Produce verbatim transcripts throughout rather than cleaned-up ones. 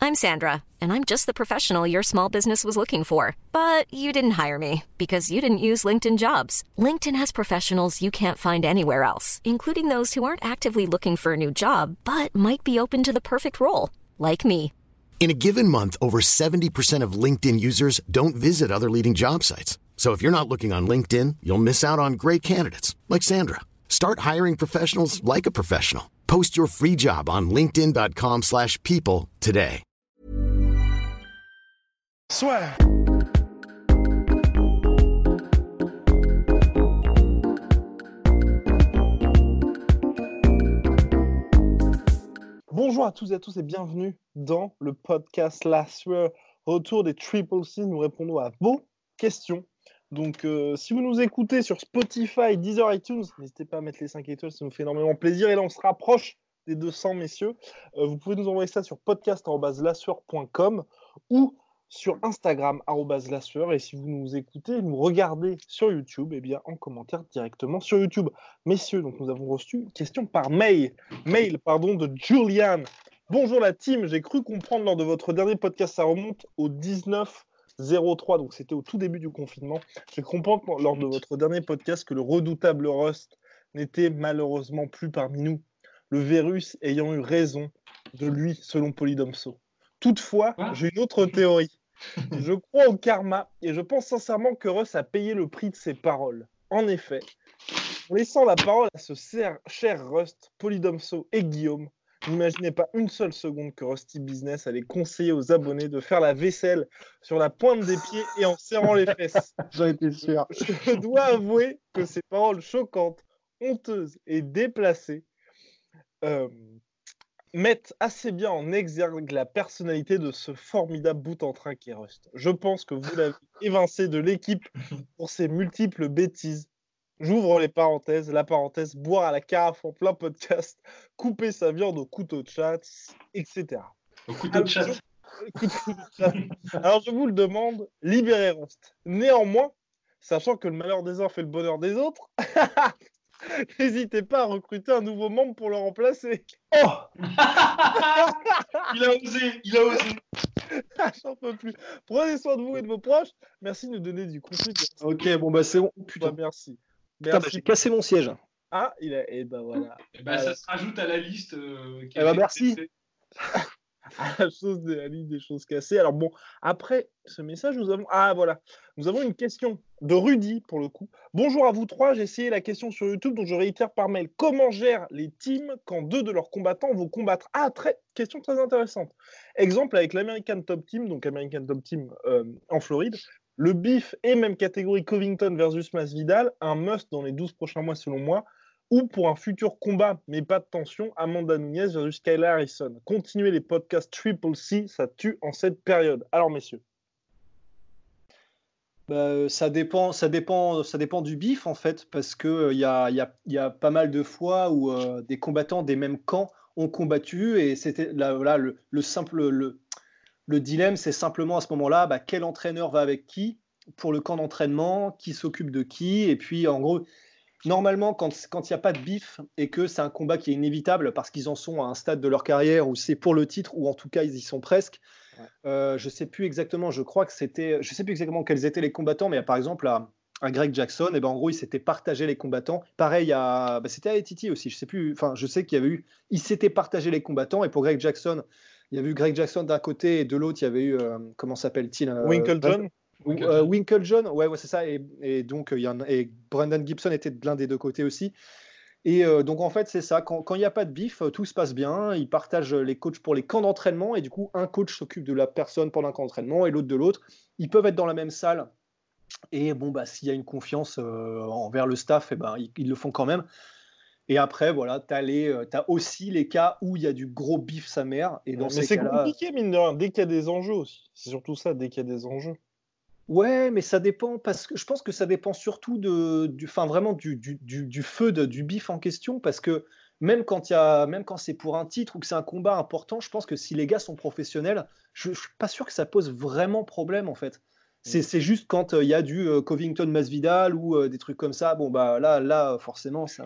I'm Sandra, and I'm just the professional your small business was looking for. But you didn't hire me because you didn't use LinkedIn Jobs. LinkedIn has professionals you can't find anywhere else, including those who aren't actively looking for a new job, but might be open to the perfect role, like me. In a given month, over seventy percent of LinkedIn users don't visit other leading job sites. So if you're not looking on LinkedIn, you'll miss out on great candidates like Sandra. Start hiring professionals like a professional. Post your free job on linkedin.com slash people today. Soit. Bonjour à tous et à tous et bienvenue dans le podcast La Sueur. Retour des Triple C, nous répondons à vos questions. Donc, euh, si vous nous écoutez sur Spotify, Deezer, iTunes, n'hésitez pas à mettre les cinq étoiles, ça nous fait énormément plaisir. Et là, on se rapproche des deux cents, messieurs. Euh, vous pouvez nous envoyer ça sur podcast arobase la sueur point com ou sur Instagram, arobase la sueur. Et si vous nous écoutez, nous regardez sur YouTube, eh bien, en commentaire directement sur YouTube. Messieurs, donc, nous avons reçu une question par mail, mail pardon, de Julian. Bonjour la team, j'ai cru comprendre lors de votre dernier podcast, ça remonte au dix-neuf zéro trois, donc c'était au tout début du confinement. J'ai compris lors de votre dernier podcast que le redoutable Rust n'était malheureusement plus parmi nous, le virus ayant eu raison de lui, selon Polydomso. Toutefois, ah. j'ai une autre théorie. Je crois au karma et je pense sincèrement que Rust a payé le prix de ses paroles. En effet, en laissant la parole à ce cher Rust, Polydomso et Guillaume, n'imaginez pas une seule seconde que Rusty Business allait conseiller aux abonnés de faire la vaisselle sur la pointe des pieds et en serrant les fesses. J'en étais sûr. Je dois avouer que ces paroles choquantes, honteuses et déplacées euh, mettent assez bien en exergue la personnalité de ce formidable bout en train qu'est Rust. Je pense que vous l'avez évincé de l'équipe pour ses multiples bêtises. J'ouvre les parenthèses, la parenthèse, boire à la carafe en plein podcast, couper sa viande au couteau de chat, et cetera. Au couteau de chat. Alors je vous le demande, libérez Rust. Néanmoins, sachant que le malheur des uns fait le bonheur des autres, n'hésitez pas à recruter un nouveau membre pour le remplacer. Oh Il a osé, il a osé. J'en peux plus. Prenez soin de vous et de vos proches. Merci de nous donner du contenu. Ok, bon bah c'est bon. Putain, merci. Putain, bah, j'ai cassé mon siège. Ah, il a. Et ben voilà. Et bah, ça se rajoute à la liste. Euh, eh bah, merci. À la chose de la liste des choses cassées. Alors bon, après ce message, nous avons. Ah voilà. Nous avons une question de Rudy pour le coup. Bonjour à vous trois. J'ai essayé la question sur YouTube, donc je réitère par mail. Comment gèrent les teams quand deux de leurs combattants vont combattre? Ah, très question très intéressante. Exemple avec l'American Top Team, donc American Top Team euh, en Floride. Le beef est même catégorie Covington versus Masvidal, un must dans les douze prochains mois selon moi, ou pour un futur combat, mais pas de tension, Amanda Nunes versus Kayla Harrison. Continuez les podcasts Triple C, ça tue en cette période. Alors messieurs. Bah, ça dépend, ça dépend, ça dépend du beef en fait, parce que il y a, y a, y a pas mal de fois où euh, des combattants des mêmes camps ont combattu et c'était là, là le, le simple le Le dilemme, c'est simplement à ce moment-là, bah, quel entraîneur va avec qui pour le camp d'entraînement, qui s'occupe de qui. Et puis, en gros, normalement, quand il n'y a pas de bif et que c'est un combat qui est inévitable parce qu'ils en sont à un stade de leur carrière où c'est pour le titre, ou en tout cas, ils y sont presque. Ouais. Euh, je ne sais plus exactement, je crois que c'était... Je ne sais plus exactement quels étaient les combattants, mais par exemple, à, à Greg Jackson, et ben, en gros, il s'était partagé les combattants. Pareil, à, bah, c'était à Titi aussi, je sais plus... Enfin, je sais qu'il y avait eu... Il s'était partagé les combattants, et pour Greg Jackson... Il y avait eu Greg Jackson d'un côté et de l'autre, il y avait eu, euh, comment s'appelle-t-il euh, Winklejohn euh, Winklejohn, ouais, ouais, c'est ça. Et, et donc, il y en, et Brandon Gibson était de l'un des deux côtés aussi. Et euh, donc, en fait, c'est ça. Quand il n'y a pas de bif, tout se passe bien. Ils partagent les coachs pour les camps d'entraînement. Et du coup, un coach s'occupe de la personne pendant un camp d'entraînement et l'autre de l'autre. Ils peuvent être dans la même salle. Et bon, bah, s'il y a une confiance euh, envers le staff, eh ben, ils, ils le font quand même. Et après, voilà, tu as euh, aussi les cas où il y a du gros bif sa mère. Et dans mais ces c'est cas-là, compliqué, mine de rien, dès qu'il y a des enjeux aussi. C'est surtout ça, dès qu'il y a des enjeux. Ouais, mais ça dépend, parce que je pense que ça dépend surtout de, du, enfin, vraiment du, du, du, du feu de, du bif en question, parce que même quand, il y a, même quand c'est pour un titre ou que c'est un combat important, je pense que si les gars sont professionnels, je ne suis pas sûr que ça pose vraiment problème, en fait. C'est, c'est juste quand il euh, y a du euh, Covington Masvidal ou euh, des trucs comme ça, bon, bah là, là forcément, ça...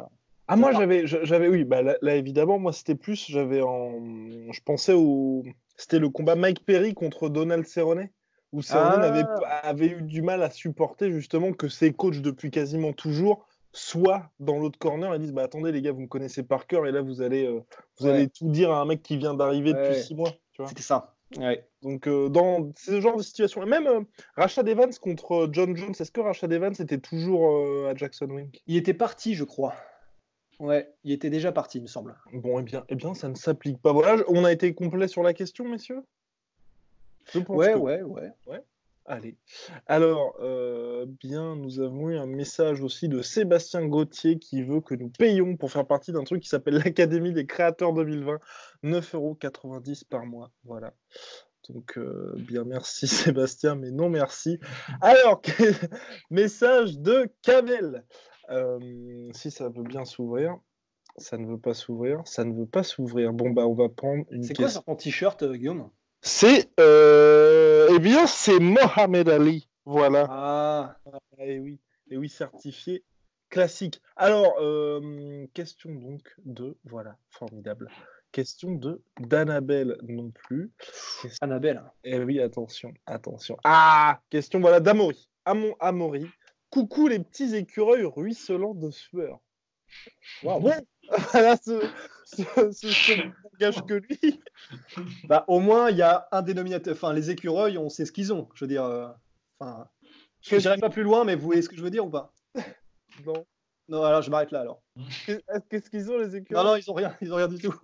Ah, moi, j'avais, je- j'avais, oui, bah là, là, évidemment, moi, c'était plus, j'avais en, je pensais au, c'était le combat Mike Perry contre Donald Cerrone, où Cerrone n'avait, Ah, avait eu du mal à supporter justement que ses coachs depuis quasiment toujours soient dans l'autre corner et disent, bah attendez les gars, vous me connaissez par cœur et là vous allez, euh, vous allez ouais, tout dire à un mec qui vient d'arriver depuis ouais, six mois, tu vois. c'était ça. Ouais. Donc euh, dans ce genre de situation, et même euh, Rashad Evans contre euh, John Jones, est-ce que Rashad Evans était toujours euh, à Jackson Wink? Il était parti, je crois. Ouais, il était déjà parti, il me semble. Bon, eh bien, eh bien, ça ne s'applique pas. Voilà, je- on a été complet sur la question, messieurs? Je pense Ouais, que ouais, ouais. ouais. Allez. Alors, euh, bien, nous avons eu un message aussi de Sébastien Gauthier qui veut que nous payions pour faire partie d'un truc qui s'appelle l'Académie des créateurs deux mille vingt. neuf euros quatre-vingt-dix par mois. Voilà. Donc, euh, bien, merci Sébastien, mais non merci. Alors, message de Kamel. Euh, si ça veut bien s'ouvrir. Ça ne veut pas s'ouvrir. Ça ne veut pas s'ouvrir. Bon, bah, on va prendre une C'est quoi question. sur ton t-shirt, euh, Guillaume? C'est, euh, eh bien, c'est Mohamed Ali. Voilà. Ah, Et oui, et oui, certifié classique. Alors, euh, question donc de, voilà, formidable. Question de d'Annabelle non plus. Question- Annabelle. Eh oui, attention, attention. Ah, question, voilà, d'Amaury. Amon Amaury. Coucou les petits écureuils ruisselants de sueur. Waouh. Bon, voilà, ce, ce, ce, ce langage que lui. Bah, au moins, il y a un dénominateur. Enfin, les écureuils, on sait ce qu'ils ont. Je veux dire. euh, Enfin, je Qu'est-ce n'irai qu'ils- pas plus loin, mais vous voyez ce que je veux dire ou pas? non. Non, alors je m'arrête là alors. Qu'est- Qu'est-ce qu'ils ont les Non, écureuils? non, ils ont rien, ils ont rien du tout.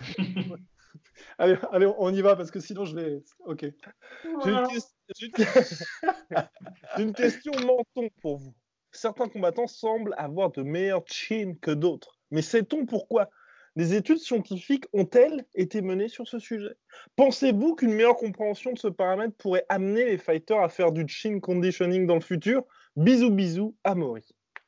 Allez, allez, on y va parce que sinon je vais. Ok. J'ai une, ques- j'ai une- j'ai une question menton pour vous. Certains combattants semblent avoir de meilleurs chins que d'autres. Mais sait-on pourquoi? Des études scientifiques ont-elles été menées sur ce sujet? Pensez-vous qu'une meilleure compréhension de ce paramètre pourrait amener les fighters à faire du chin conditioning dans le futur? Bisous bisous, Amaury.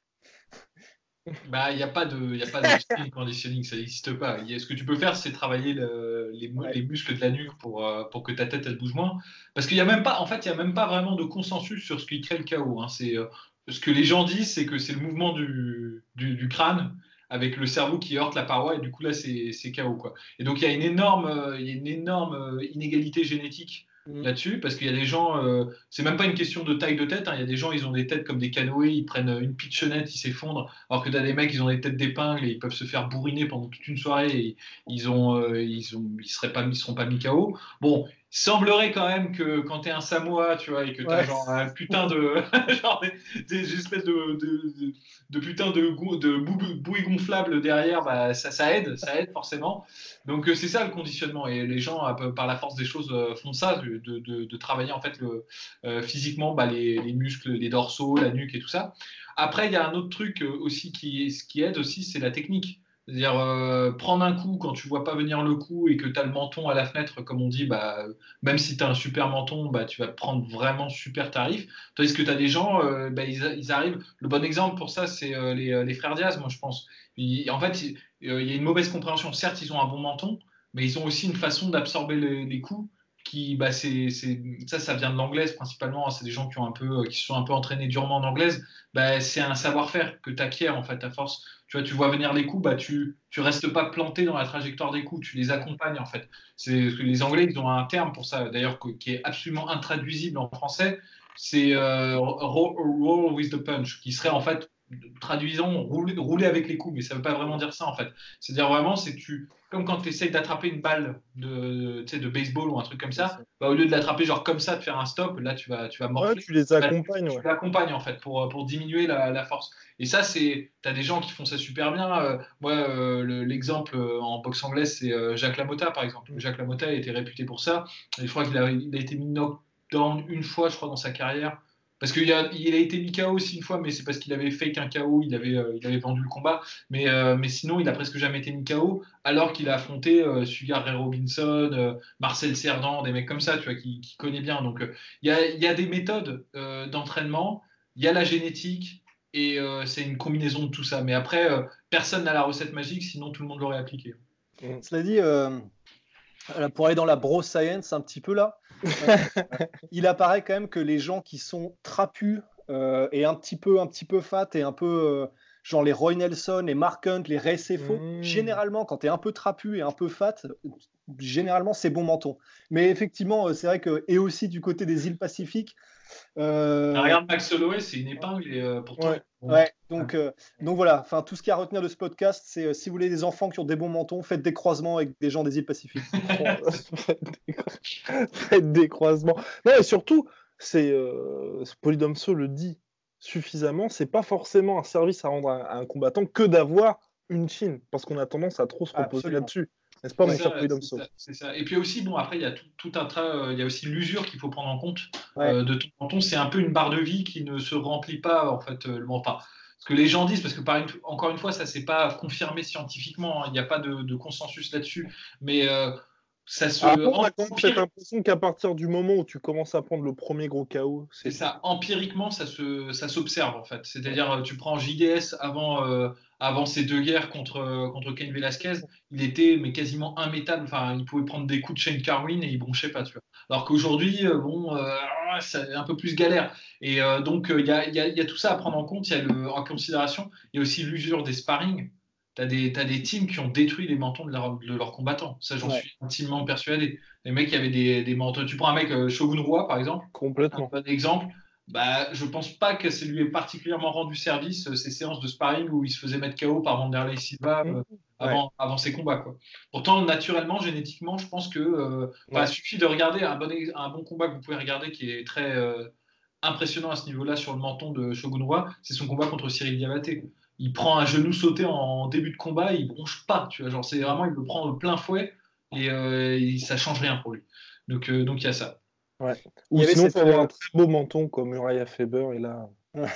Bah, il n'y a pas de, y a pas de chin conditioning, ça n'existe pas. Y a- ce que tu peux faire, c'est travailler le- les, mu- Ouais. les muscles de la nuque pour, euh, pour que ta tête elle bouge moins. Parce qu'il y a même pas, en fait, il y a même pas vraiment de consensus sur ce qui crée le chaos. Hein. C'est euh, ce que les gens disent, c'est que c'est le mouvement du, du, du crâne avec le cerveau qui heurte la paroi et du coup là c'est c'est chaos quoi. Et donc il y a une énorme, euh, il y a une énorme euh, inégalité génétique Mm. là-dessus, parce qu'il y a des gens, euh, c'est même pas une question de taille de tête, hein. Il y a des gens, ils ont des têtes comme des canoës, ils prennent une pitchonnette, ils s'effondrent, alors que t'as des mecs, ils ont des têtes d'épingle et ils peuvent se faire bourriner pendant toute une soirée et ils ont, euh, ils ont, ils seraient pas, ils seront pas mis K O. Bon, il semblerait quand même que quand t'es un Samoa, tu vois, et que t'as Ouais. genre un putain de, genre des, des espèces de, de, de, de putain de, gou- de bou- bouées gonflables derrière, bah ça, ça aide, ça aide forcément. Donc euh, c'est ça le conditionnement et les gens un peu, par la force des choses euh, font ça, de, de, de travailler en fait le, euh, physiquement bah, les, les muscles, les dorsaux, la nuque et tout ça. Après il y a un autre truc euh, aussi qui, qui aide aussi, c'est la technique. C'est-à-dire euh, prendre un coup quand tu vois pas venir le coup et que tu as le menton à la fenêtre, comme on dit, bah, même si tu as un super menton, bah, tu vas prendre vraiment super tarif. Tandis que tu as des gens, euh, bah, ils, ils arrivent. Le bon exemple pour ça, c'est euh, les, les frères Diaz, moi je pense. Ils- en fait, il euh, il y a une mauvaise compréhension. Certes, ils ont un bon menton, mais ils ont aussi une façon d'absorber les, les coups qui, bah, c'est, c'est, ça, ça vient de l'anglaise principalement. C'est des gens qui ont un peu, qui se sont un peu entraînés durement en anglaise. Bah, c'est un savoir-faire que tu acquiers en fait à force. Tu vois, tu vois venir les coups, bah, tu, tu restes pas planté dans la trajectoire des coups, tu les accompagnes en fait. C'est parce que les Anglais, ils ont un terme pour ça, d'ailleurs, que- qui est absolument intraduisible en français. C'est euh, roll, roll with the punch, qui serait en fait traduisons rouler, rouler avec les coups, mais ça veut pas vraiment dire ça en fait. C'est-à-dire vraiment, c'est tu, comme quand tu essayes d'attraper une balle de, tu sais, de baseball ou un truc comme ça, bah, au lieu de l'attraper genre comme ça, de faire un stop, là tu vas, tu vas Ouais, morfler. tu les Bah, accompagnes, tu ouais. l'accompagnes en fait pour, pour diminuer la, la force. Et ça, c'est, t'as des gens qui font ça super bien. Euh, moi, euh, le- l'exemple euh, en boxe anglaise, c'est euh, Jacques Lamotta par exemple. Jacques Lamotta a été réputé pour ça. Et je crois qu'il a, il a été mis knockdown une fois, je crois, dans sa carrière. Parce qu'il a, il a été mis K O aussi une fois, mais c'est parce qu'il avait fake un K O, il avait, euh, il avait vendu le combat. Mais, euh, mais sinon, il a presque jamais été mis K O, alors qu'il a affronté euh, Sugar Ray Robinson, euh, Marcel Cerdan, des mecs comme ça, tu vois, qui, qui connaît bien. Donc, euh, il y, a, y a des méthodes euh, d'entraînement, il y a la génétique, et euh, c'est une combinaison de tout ça. Mais après, euh, personne n'a la recette magique, sinon tout le monde l'aurait appliquée. Cela dit, euh, pour aller dans la bro science un petit peu là, euh, il apparaît quand même que les gens qui sont trapus euh, et un petit peu, un petit peu fat et un peu, euh, genre les Roy Nelson, les Mark Hunt, les Ray Sefo, Mmh. généralement, quand tu es un peu trapu et un peu fat, généralement, c'est bon menton. Mais effectivement, euh, c'est vrai que, et aussi du côté des îles Pacifiques, euh, Ah, regarde Max Holloway, c'est une épingle et euh, pourtant. Ouais. bon, ouais, donc, euh, donc voilà, enfin, tout ce qu'il y a à retenir de ce podcast, c'est euh, si vous voulez des enfants qui ont des bons mentons, faites des croisements avec des gens des îles Pacifiques. Faites des cro- Faites des croisements. Non, et surtout, c'est euh, Polydomso le dit suffisamment, c'est pas forcément un service à rendre à, à un combattant que d'avoir une chin, parce qu'on a tendance à trop se reposer Absolument. là-dessus. N'est-ce pas, C'est mon cher ça, Polydomso? c'est ça, c'est ça. Et puis aussi, bon, après, il y a tout, tout un tas, euh, il y a aussi l'usure qu'il faut prendre en compte Ouais. euh, de ton menton. C'est un peu une barre de vie qui ne se remplit pas, en fait, euh, le menton. Ce que les gens disent, parce que par une, encore une fois, ça c'est pas confirmé scientifiquement, hein, il n'y a pas de, de consensus là-dessus, mais euh, ça se Après, on a quand même empire- cette impression qu'à partir du moment où tu commences à prendre le premier gros K O, c'est c'est ça, empiriquement, ça se, ça s'observe en fait. C'est-à-dire, euh, tu prends J D S avant, euh, avant ces deux guerres contre, euh, contre Cain Velasquez, il était mais quasiment immétable. Enfin, il pouvait prendre des coups de Shane Carwin et il bronchait pas, tu vois. Alors qu'aujourd'hui, euh, bon, euh, c'est un peu plus galère. Et euh, donc, il euh, y, a, y, a, y a tout ça à prendre en compte, il y a le, en considération. Il y a aussi l'usure des sparring. T'as des, t'as des teams qui ont détruit les mentons de, leur, de leurs combattants. Ça, j'en Ouais. suis intimement persuadé. Les mecs qui avaient des, des mentons. Tu prends un mec, euh, Shogun Roi, par exemple. Un complètement. bon exemple, bah, je pense pas que ça lui ait particulièrement rendu service euh, ces séances de sparring où il se faisait mettre K O par Wanderlei Silva euh, avant, avant ses combats, quoi. Pourtant, naturellement, génétiquement, je pense que euh, bah, Ouais. il suffit de regarder un bon, ex- un bon combat que vous pouvez regarder qui est très euh, impressionnant à ce niveau-là sur le menton de Shogun Roi, c'est son combat contre Cyril Diabaté. Il prend un genou sauté en début de combat, il bronche pas, tu vois, genre c'est vraiment, il le prend de plein fouet et, euh, et ça change rien pour lui. Donc euh, donc il y a ça. Ouais. Il Ou y avait sinon, cette, faut avoir euh, un très beau menton comme Uriah Faber, et là.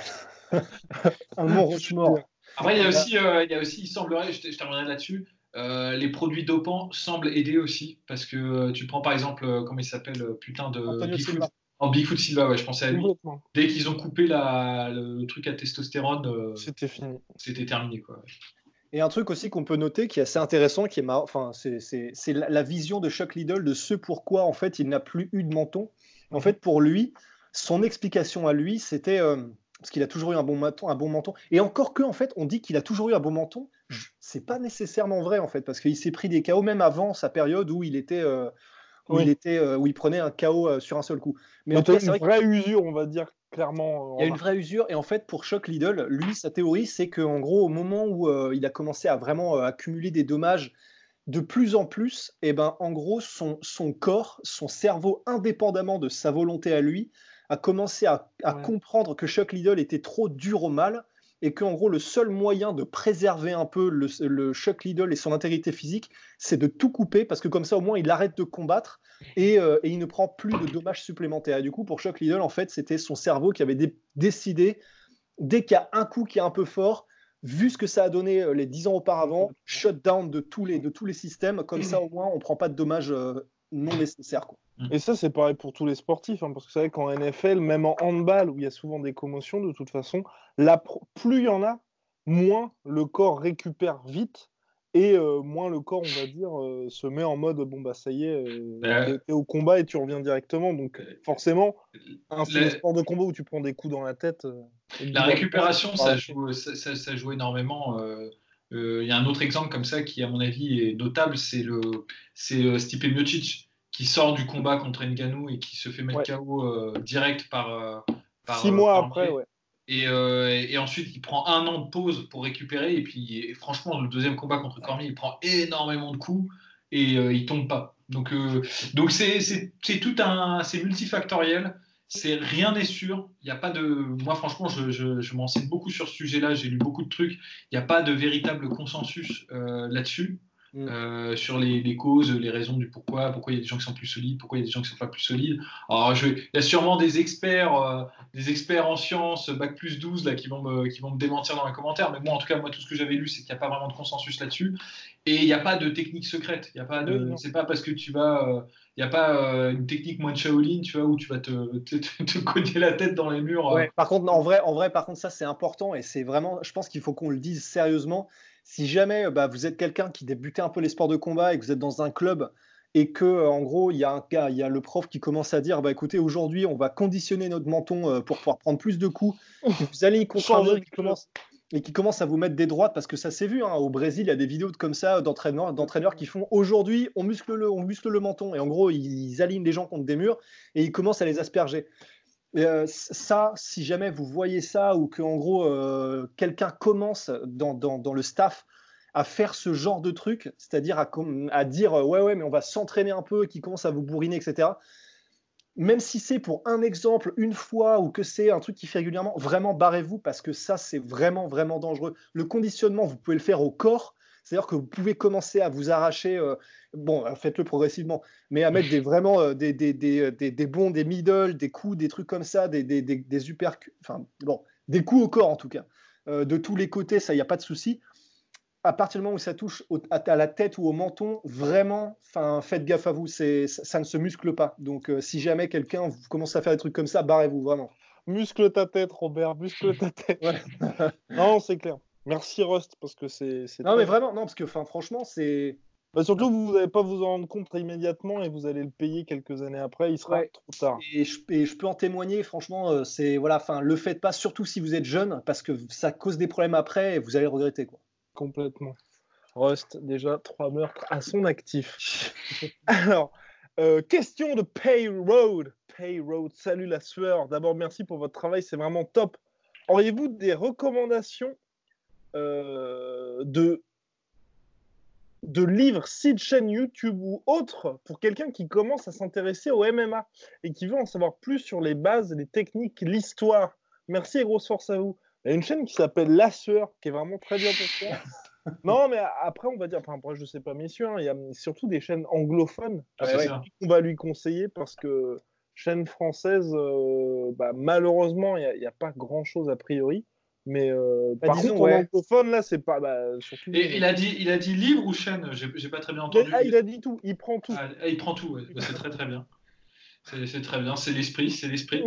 un Mont Rochemort. Après, il y a aussi, euh, il y a aussi, il semblerait, je, je terminerai là-dessus, euh, les produits dopants semblent aider aussi, parce que euh, tu prends par exemple, euh, comment il s'appelle, euh, putain de Antonio Bigfoot, Silva. en Bigfoot Silva, ouais, je pensais à lui. Complètement. Dès qu'ils ont coupé la, le truc à testostérone, euh, C'était fini. c'était terminé, quoi. Et un truc aussi qu'on peut noter qui est assez intéressant, qui est marrant, enfin, c'est, c'est, c'est la, la vision de Chuck Liddell de ce pourquoi en fait il n'a plus eu de menton. En fait, pour lui, son explication à lui, c'était euh, parce qu'il a toujours eu un bon menton, un bon menton. Et encore que en fait, on dit qu'il a toujours eu un bon menton, c'est pas nécessairement vrai en fait, parce qu'il s'est pris des K O même avant sa période où il était, euh, où Oui. il était, euh, où il prenait un K O euh, sur un seul coup. Mais Mais en tout t'as cas, c'est une vrai que vraie usure, on va dire, clairement. il y a une remarquée. vraie usure, et en fait, pour Chuck Liddell, lui, sa théorie, c'est qu'en gros, au moment où euh, il a commencé à vraiment euh, accumuler des dommages de plus en plus, et ben, en gros, son, son corps, son cerveau, indépendamment de sa volonté à lui, a commencé à, à Ouais. comprendre que Chuck Liddell était trop dur au mal, et qu'en gros, le seul moyen de préserver un peu le, le Chuck Liddell et son intégrité physique, c'est de tout couper, parce que comme ça, au moins, il arrête de combattre, et, euh, et il ne prend plus de dommages supplémentaires. Et du coup, pour Chuck Liddell, en fait, c'était son cerveau qui avait dé- décidé, dès qu'il y a un coup qui est un peu fort, vu ce que ça a donné euh, les dix ans auparavant, shutdown de tous les, de tous les systèmes, comme ça, au moins, on ne prend pas de dommages euh, non nécessaires, quoi. Et ça, c'est pareil pour tous les sportifs, hein, parce que c'est vrai qu'en N F L, même en handball, où il y a souvent des commotions, de toute façon, là, pro- plus il y en a, moins le corps récupère vite, et euh, moins le corps, on va dire, euh, se met en mode, bon, bah ça y est, euh, Euh, t'es, t'es au combat et tu reviens directement. Donc forcément, un, c'est la- le sport de combat où tu prends des coups dans la tête. euh, au bout La d'un récupération, moment, ça ça joue, ça, ça- ça joue énormément. euh, euh, Il y a un autre exemple comme ça qui, à mon avis, est notable, c'est le, c'est euh, Stipe Miocic qui sort du combat contre Ngannou et qui se fait mettre Ouais. K O euh, direct par, euh, par Six euh, mois Cormier. après, ouais. Et, euh, et ensuite, il prend un an de pause pour récupérer. Et puis, et franchement, le deuxième combat contre Cormier, il prend énormément de coups et euh, il tombe pas. Donc, euh, donc c'est, c'est, c'est tout un, c'est multifactoriel. C'est rien n'est sûr. Il y a pas de. Moi, franchement, je, je, je m'enseigne beaucoup sur ce sujet-là. J'ai lu beaucoup de trucs. Il n'y a pas de véritable consensus euh, là-dessus. Mm. Euh, sur les, les causes, les raisons du pourquoi, pourquoi il y a des gens qui sont plus solides, pourquoi il y a des gens qui sont pas plus solides. Alors, je, il y a sûrement des experts, euh, des experts en sciences, bac plus douze, là, qui vont, me, qui vont me démentir dans les commentaires. Mais moi, en tout cas, moi, tout ce que j'avais lu, c'est qu'il n'y a pas vraiment de consensus là-dessus. Et il n'y a pas de technique secrète. Il y a pas de, Oui, non. c'est pas parce que tu vas, euh, il n'y a pas euh, une technique moine Shaolin, tu vois, où tu vas te, te, te, te cogner la tête dans les murs. euh. Ouais. Par contre, en vrai, en vrai, par contre, ça c'est important et c'est vraiment, je pense qu'il faut qu'on le dise sérieusement. Si jamais bah, vous êtes quelqu'un qui débutait un peu les sports de combat et que vous êtes dans un club et que, euh, en gros, il y a un gars, il y a le prof qui commence à dire, bah écoutez, aujourd'hui, on va conditionner notre menton euh, pour pouvoir prendre plus de coups. Et vous allez y contre un Changer mur de qui commence, et qui commence à vous mettre des droites, parce que ça s'est vu, hein, au Brésil, il y a des vidéos comme ça d'entraîneurs, d'entraîneurs qui font aujourd'hui, on muscle, le, on muscle le menton, et en gros, ils, ils alignent les gens contre des murs, et ils commencent à les asperger. Et euh, ça, si jamais vous voyez ça, ou qu'en gros, euh, quelqu'un commence dans, dans, dans le staff à faire ce genre de truc, c'est-à-dire à, à dire, ouais, ouais, mais on va s'entraîner un peu, et qui commence à vous bourriner, et cetera, même si c'est pour un exemple, une fois, ou que c'est un truc qui fait régulièrement, vraiment barrez-vous, parce que ça, c'est vraiment, vraiment dangereux. Le conditionnement, vous pouvez le faire au corps, c'est-à-dire que vous pouvez commencer à vous arracher, euh, bon, faites-le progressivement, mais à mettre des, vraiment euh, des, des, des, des, des bons, des middle, des coups, des trucs comme ça, des, des, des, des uppercuts, enfin, bon, des coups au corps en tout cas. Euh, de tous les côtés, ça, il n'y a pas de souci. À partir du moment où ça touche au, à, à la tête ou au menton, vraiment, faites gaffe à vous, c'est, ça, ça ne se muscle pas. Donc, euh, si jamais quelqu'un commence à faire des trucs comme ça, barrez-vous, vraiment. Muscle ta tête, Robert, muscle ta tête. Ouais. Non, c'est clair. Merci, Rust, parce que c'est... c'est non, très... mais vraiment, non, parce que franchement, c'est... Bah, surtout, vous n'allez pas vous en rendre compte immédiatement et vous allez le payer quelques années après, il sera ouais. trop tard. Et je, et je peux en témoigner, franchement, euh, c'est, voilà, le faites pas, surtout si vous êtes jeune, parce que ça cause des problèmes après et vous allez regretter, quoi. Complètement. Rust, déjà trois meurtres à son actif. Alors, euh, question de Payroad. Payroad, salut la sueur. D'abord, merci pour votre travail, c'est vraiment top. Auriez-vous des recommandations euh, de, de livres, sites, chaînes YouTube ou autres pour quelqu'un qui commence à s'intéresser au M M A et qui veut en savoir plus sur les bases, les techniques, l'histoire? Merci et grosse force à vous. Il y a une chaîne qui s'appelle La Sueur, qui est vraiment très bien pour ça. Non, mais après, on va dire, enfin, après, je sais pas, messieurs, hein, il y a surtout des chaînes anglophones ah, ouais, qu'on va lui conseiller parce que chaîne française, euh, bah, malheureusement, il n'y a, a pas grand-chose a priori. Mais euh, bah, par disons, contre, ouais. En anglophone, là, c'est pas. Bah, surtout, Et il a, dit, il a dit livre ou chaîne? J'ai, j'ai pas très bien entendu. Ah, il a dit tout, il prend tout. Ah, il prend tout, ouais. Bah, c'est très très bien. C'est, c'est très bien, c'est l'esprit, c'est l'esprit.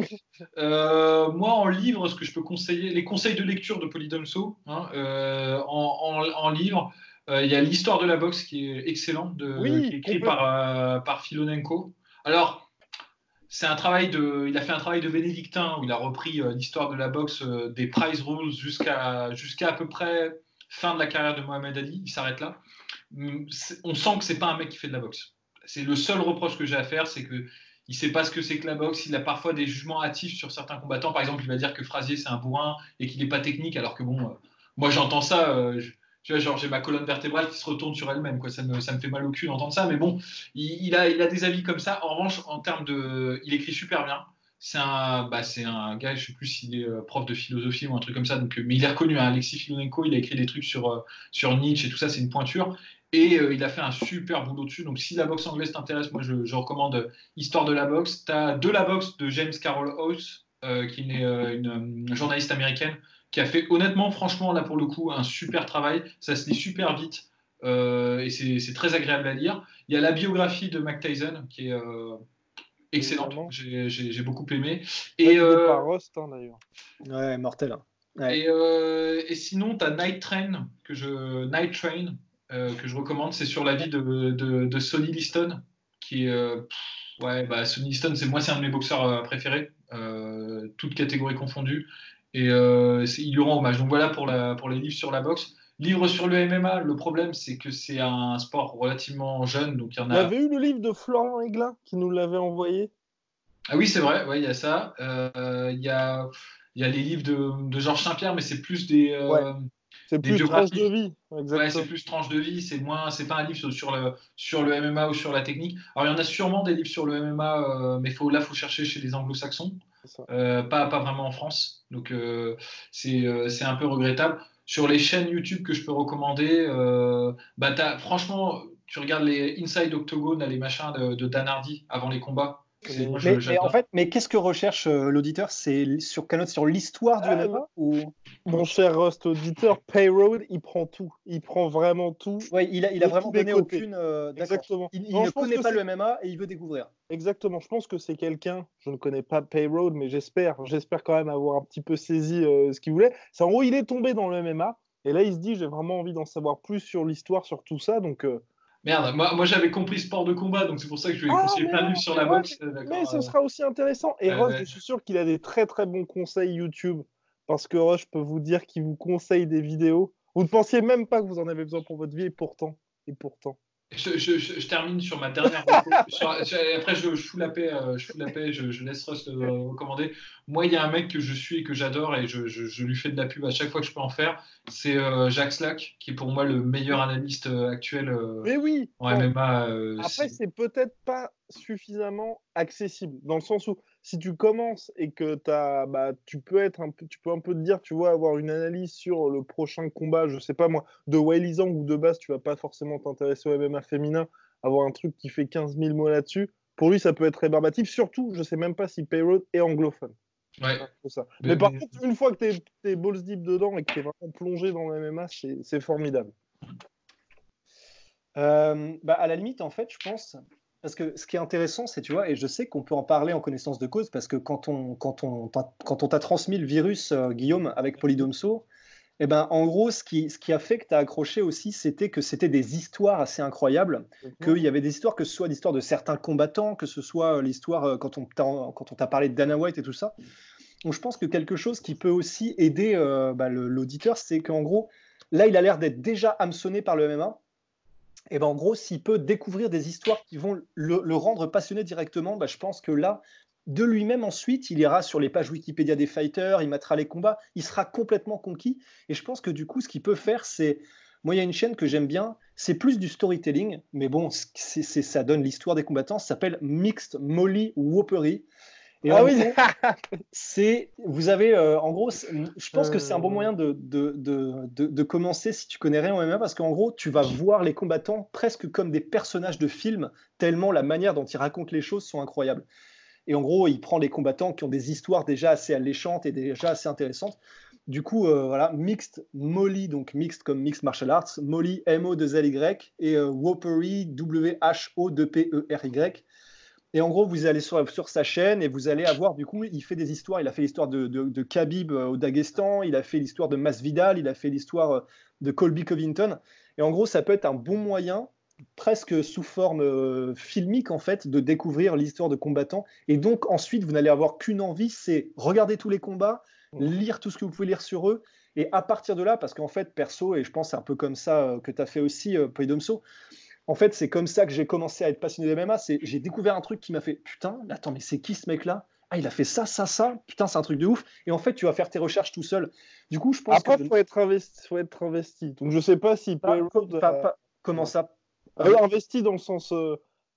Euh, moi, en livre, ce que je peux conseiller, les conseils de lecture de Polydomso, hein, euh, en, en, en livre, euh, il y a l'histoire de la boxe qui est excellent, de, oui, qui est écrit par, euh, par Filonenko. Alors, c'est un travail de, il a fait un travail de bénédictin où il a repris euh, l'histoire de la boxe euh, des prize rules jusqu'à, jusqu'à à peu près fin de la carrière de Mohamed Ali. Il s'arrête là. C'est, on sent que c'est pas un mec qui fait de la boxe. C'est le seul reproche que j'ai à faire, c'est que il ne sait pas ce que c'est que la boxe, il a parfois des jugements hâtifs sur certains combattants. Par exemple, il va dire que Frazier, c'est un bourrin et qu'il n'est pas technique, alors que bon, euh, moi j'entends ça, euh, je, tu vois, genre j'ai ma colonne vertébrale qui se retourne sur elle-même, quoi. Ça me, ça me fait mal au cul d'entendre ça, mais bon, il, il, a, il a des avis comme ça. En revanche, en termes de... Il écrit super bien. C'est un, bah, c'est un gars, je ne sais plus s'il est euh, prof de philosophie ou un truc comme ça, donc, mais il est reconnu, hein, Alexis Filonenko, il a écrit des trucs sur, euh, sur Nietzsche et tout ça, c'est une pointure. Et euh, il a fait un super boulot dessus. Donc, si la boxe anglaise t'intéresse, moi, je, je recommande euh, Histoire de la boxe. Tu as De la boxe de James Carroll Oates, euh, qui est euh, une, une journaliste américaine, qui a fait, honnêtement, franchement, là, pour le coup, un super travail. Ça se lit super vite euh, et c'est, c'est très agréable à lire. Il y a la biographie de Mike Tyson, qui est euh, excellente. J'ai, j'ai, j'ai beaucoup aimé. Et euh, par Rust, hein, d'ailleurs. Ouais, mortel. Hein. Ouais. Et, euh, et sinon, tu as Night Train, que je... Night Train, Euh, que je recommande, c'est sur la vie de, de, de Sonny Liston, qui est, euh, pff, ouais, bah, Sonny Liston, c'est moi, c'est un de mes boxeurs euh, préférés, euh, toutes catégories confondues, et euh, c'est, il lui rend hommage. Donc voilà pour, la, pour les livres sur la boxe. Livre sur le M M A, le problème, c'est que c'est un sport relativement jeune, donc il y en a. On avait eu le livre de Florian Aiglin qui nous l'avait envoyé. Ah oui, c'est vrai, ouais, il y a ça. Euh, il y a, il y a les livres de, de Georges Saint-Pierre, mais c'est plus des. Euh, ouais. C'est plus tranche de vie. Exactement. Ouais, c'est plus tranche de vie. C'est moins, c'est pas un livre sur le sur le M M A ou sur la technique. Alors il y en a sûrement des livres sur le M M A, euh, mais faut là faut chercher chez les Anglo-Saxons, euh, pas pas vraiment en France. Donc euh, c'est euh, c'est un peu regrettable. Sur les chaînes YouTube que je peux recommander, euh, bah t'as, franchement, tu regardes les Inside Octogone, les machins de, de Dan Hardy avant les combats. C'est, moi, mais, je, mais en fait, mais qu'est-ce que recherche euh, l'auditeur? C'est sur quelle note? Sur l'histoire du euh, M M A ou... Mon cher Rust auditeur, Payroad, il prend tout. Il prend vraiment tout. Ouais, il a, il a vraiment donné aucune. Euh, Exactement. Il, il non, ne connaît pas c'est... le M M A et il veut découvrir. Exactement. Je pense que c'est quelqu'un. Je ne connais pas Payroad, mais j'espère, j'espère quand même avoir un petit peu saisi euh, ce qu'il voulait. C'est en gros, il est tombé dans le M M A et là, il se dit, j'ai vraiment envie d'en savoir plus sur l'histoire, sur tout ça, donc. Euh, Merde, moi, moi j'avais compris sport de combat, donc c'est pour ça que je lui ai ah, conseillé plein de livres sur la ouais, boxe. Mais, mais ce sera aussi intéressant. Et euh, Ross, ouais. Je suis sûr qu'il a des très très bons conseils YouTube parce que Rush peut vous dire qu'il vous conseille des vidéos. Vous ne pensiez même pas que vous en avez besoin pour votre vie, et pourtant, et pourtant. Je, je, je, je termine sur ma dernière reco. sur, sur, après, je, je fous la paix, euh, je, fous la paix je, je laisse Russ le euh, recommander. Moi, il y a un mec que je suis et que j'adore et je, je, je lui fais de la pub à chaque fois que je peux en faire. C'est euh, Jack Slack, qui est pour moi le meilleur analyste euh, actuel euh, Mais oui, en bon. M M A. Euh, Après, c'est... c'est peut-être pas suffisamment accessible, dans le sens où si tu commences et que t'as, bah, tu peux être un peu, tu peux un peu te dire, tu vois, avoir une analyse sur le prochain combat, je sais pas moi, de Weili Zhang ou de base, tu vas pas forcément t'intéresser au M M A féminin, avoir un truc qui fait quinze mille mots là-dessus. Pour lui, ça peut être rébarbatif. Surtout, je sais même pas si Payroll est anglophone. Ouais. Ça. Mais, mais par mais... contre, une fois que t'es, t'es balls deep dedans et que t'es vraiment plongé dans le M M A, c'est, c'est formidable. Euh, bah à la limite, en fait, je pense, parce que ce qui est intéressant, c'est, tu vois, et je sais qu'on peut en parler en connaissance de cause, parce que quand on, quand on, t'a, quand on t'a transmis le virus, euh, Guillaume, avec Polydomso, eh ben, en gros, ce qui, ce qui a fait que tu as accroché aussi, c'était que c'était des histoires assez incroyables, mm-hmm. qu'il y avait des histoires, que ce soit l'histoire de certains combattants, que ce soit l'histoire euh, quand on t'a, quand on t'a parlé de Dana White et tout ça. Donc je pense que quelque chose qui peut aussi aider euh, bah, le, l'auditeur, c'est qu'en gros, là, il a l'air d'être déjà hameçonné par le M M A. Et ben en gros, s'il peut découvrir des histoires qui vont le, le rendre passionné directement, ben je pense que là, de lui-même ensuite, il ira sur les pages Wikipédia des fighters, il mettra les combats, il sera complètement conquis. Et je pense que du coup, ce qu'il peut faire, c'est... Moi, il y a une chaîne que j'aime bien, c'est plus du storytelling, mais bon, c'est, c'est, ça donne l'histoire des combattants, ça s'appelle Mixed Molly Whoppery. Et ah oui, c'est, vous avez, euh, en gros, je pense que c'est un bon moyen de, de, de, de, de commencer si tu connais rien au M M A, parce qu'en gros, tu vas voir les combattants presque comme des personnages de film, tellement la manière dont ils racontent les choses sont incroyables. Et en gros, il prend les combattants qui ont des histoires déjà assez alléchantes et déjà assez intéressantes. Du coup, euh, voilà, Mixed Molly, donc Mixed comme Mixed Martial Arts, Molly M O deux L Y et euh, Whoppery W H O deux P E R Y. Et en gros, vous allez sur, sur sa chaîne et vous allez avoir, du coup, il fait des histoires. Il a fait l'histoire de, de, de Khabib au Daghestan, il a fait l'histoire de Masvidal, il a fait l'histoire de Colby Covington. Et en gros, ça peut être un bon moyen, presque sous forme euh, filmique, en fait, de découvrir l'histoire de combattants. Et donc, ensuite, vous n'allez avoir qu'une envie, c'est regarder tous les combats, lire tout ce que vous pouvez lire sur eux. Et à partir de là, parce qu'en fait, perso, et je pense que c'est un peu comme ça euh, que tu as fait aussi, euh, Polydomso, en fait, c'est comme ça que j'ai commencé à être passionné de M M A. C'est, j'ai découvert un truc qui m'a fait « Putain, attends, mais c'est qui ce mec-là ? Ah, il a fait ça, ça, ça. Putain, c'est un truc de ouf. » Et en fait, tu vas faire tes recherches tout seul. Du coup, je pense Après, que... il faut être investi. Faut être investi. Donc, je ne sais pas si... Pas, pas, pas, pas, comment ça euh, investi dans le sens... Euh...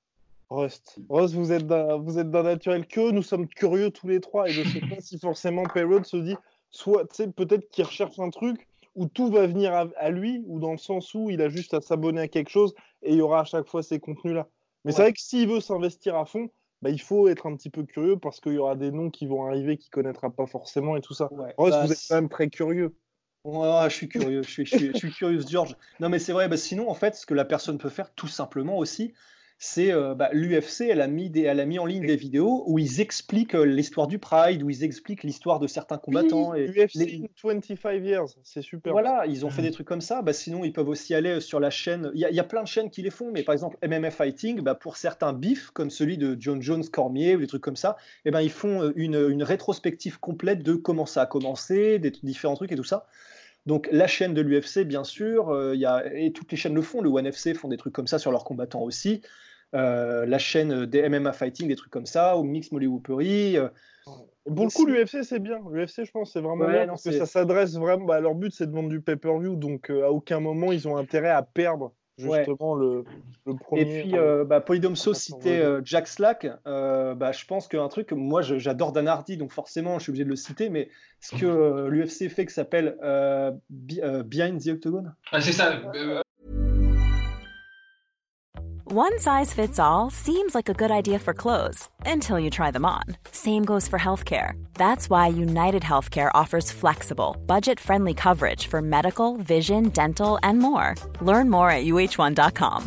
Rust. Rust, vous êtes, d'un, vous êtes d'un naturel curieux. Nous sommes curieux tous les trois. Et je ne sais pas si forcément Payroll se dit... Soit, tu sais, peut-être qu'il recherche un truc où tout va venir à, à lui, ou dans le sens où il a juste à s'abonner à quelque chose et il y aura à chaque fois ces contenus-là. Mais ouais. C'est vrai que s'il veut s'investir à fond, bah, il faut être un petit peu curieux parce qu'il y aura des noms qui vont arriver qu'il ne connaîtra pas forcément et tout ça. Ouais. Ross, bah, vous êtes quand même très curieux. Ouais, je suis curieux, je suis, je suis, je suis curieux, George. Non, mais c'est vrai, bah, sinon, en fait, ce que la personne peut faire tout simplement aussi, c'est euh, bah, l'U F C, elle a, mis des, elle a mis en ligne des vidéos où ils expliquent euh, l'histoire du Pride, où ils expliquent l'histoire de certains combattants. Oui, et U F C les... vingt-cinq years, c'est super. Voilà, ils ont fait des trucs comme ça. Bah, sinon, ils peuvent aussi aller sur la chaîne. Il y, y a plein de chaînes qui les font, mais par exemple, M M A Fighting, bah, pour certains bifs, comme celui de John Jones Cormier ou des trucs comme ça, eh ben, ils font une, une rétrospective complète de comment ça a commencé, des différents trucs et tout ça. Donc la chaîne de l'U F C, bien sûr, euh, y a, et toutes les chaînes le font. Le ONE F C font des trucs comme ça sur leurs combattants aussi. Euh, la chaîne des M M A Fighting, des trucs comme ça, ou Mixed Molly Whoppery. Euh, pour le coup, l'U F C, c'est bien. L'U F C, je pense, c'est vraiment ouais, bien, non, parce c'est... que ça s'adresse vraiment... Bah, leur but, c'est de vendre du pay-per-view, donc euh, à aucun moment, ils ont intérêt à perdre justement ouais. le, le premier... Et puis, euh, bah, Polydomso citait euh, Jack Slack. Euh, bah, je pense qu'un truc... Moi, je, j'adore Dan Hardy, donc forcément, je suis obligé de le citer, mais ce que euh, l'U F C fait qui s'appelle euh, Behind the Octagon. Ah, c'est ça. Euh... One size fits all seems like a good idea for clothes until you try them on. Same goes for healthcare. That's why United Healthcare offers flexible, budget-friendly coverage for medical, vision, dental, and more. Learn more at U H one dot com.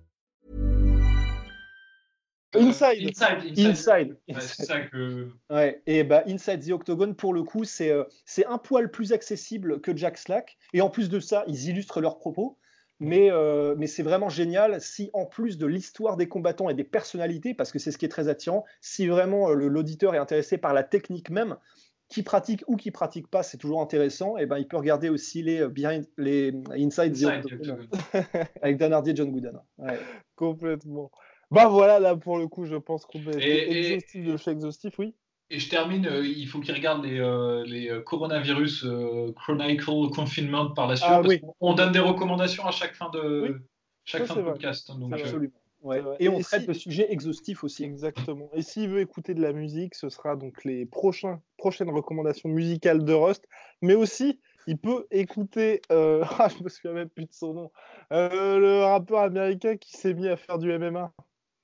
Inside. Inside. Inside. Inside. Ouais, c'est ça que... ouais. Et bah, Inside the Octagon, pour le coup, c'est, euh, c'est un poil plus accessible que Jack Slack. Et en plus de ça, ils illustrent leurs propos. Mais, euh, mais c'est vraiment génial si, en plus de l'histoire des combattants et des personnalités, parce que c'est ce qui est très attirant, si vraiment euh, le, l'auditeur est intéressé par la technique même, qui pratique ou qui pratique pas, c'est toujours intéressant. Et ben, il peut regarder aussi les behind, les Inside the Octagon avec Dan Hardy et John Wooden. Ouais. Complètement. Bah voilà, là pour le coup, je pense qu'on est Et- exhaustif de chez exhaustif, oui. Et je termine, euh, il faut qu'il regarde les, euh, les euh, coronavirus euh, Chronicle Confinement par la suite. Ah parce oui. qu'on- On donne des recommandations à chaque fin de, Oui, chaque ça, fin c'est de vrai. podcast. Donc, C'est vrai. euh, Absolument. Ouais. C'est vrai. Et on Et traite si- de sujets exhaustifs aussi. Exactement. Et s'il veut écouter de la musique, ce sera donc les prochains, prochaines recommandations musicales de Rust. Mais aussi, il peut écouter, euh, ah, je me souviens même plus de son nom, euh, le rappeur américain qui s'est mis à faire du M M A.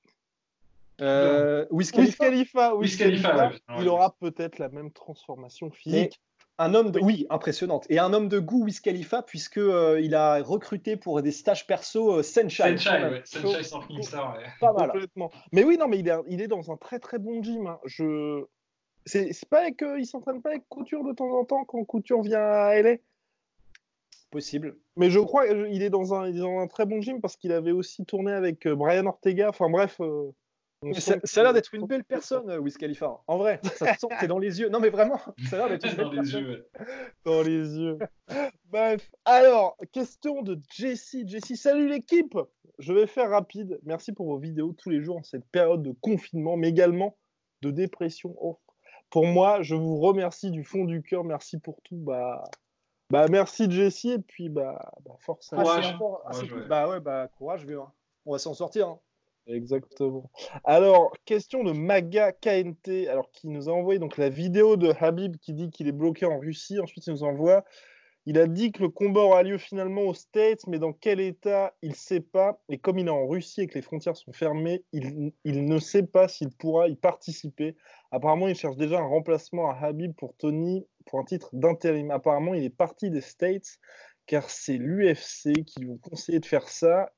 Euh, Wiz Wiz Khalifa, Khalifa, Wiz Wiz Khalifa, Khalifa, ouais. il Ouais. aura peut-être la même transformation mais physique. un homme de, oui, impressionnante. Et un homme de goût, Wiz Khalifa, puisque euh, il a recruté pour des stages perso euh, Senchai. Sunshine, ouais. Sunshine Surfing Star, ouais. Pas mal. Complètement. Mais oui, non, mais il est, il est dans un très très bon gym. Hein. Je... C'est c'est pas qu'il s'entraîne pas avec Couture de temps en temps quand Couture vient à L A. Possible. Mais je crois qu'il est dans un, il est dans un très bon gym parce qu'il avait aussi tourné avec euh, Brian Ortega. Enfin bref. euh, on Mais sent ça, que- ça a l'air d'être une belle personne, euh, Wiz Khalifa. En vrai, ça se sent, c'est dans les yeux. Non, mais vraiment, ça a l'air d'être une Dans belle les personne. yeux, ouais. dans les yeux. Bref, alors, question de Jessie. Jessie, salut l'équipe. Je vais faire rapide. Merci pour vos vidéos tous les jours en cette période de confinement, mais également de dépression. Oh. Pour moi, je vous remercie du fond du cœur. Merci pour tout. Bah, bah merci Jessie et puis bah, bah force à Courage. Ah, c'est fort. Ah, Courage, c'est- ouais. Bah ouais, bah courage, vieux. hein. On va s'en sortir. hein. Exactement. Alors, question de Maga K N T, alors qui nous a envoyé donc la vidéo de Habib qui dit qu'il est bloqué en Russie. Ensuite, il nous envoie. Il a dit que le combat aura lieu finalement aux States, mais dans quel état, il ne sait pas. Et comme il est en Russie et que les frontières sont fermées, il, il ne sait pas s'il pourra y participer. Apparemment, il cherche déjà un remplacement à Habib pour Tony pour un titre d'intérim. Apparemment, il est parti des States car c'est l'U F C qui lui ont conseillé de faire ça.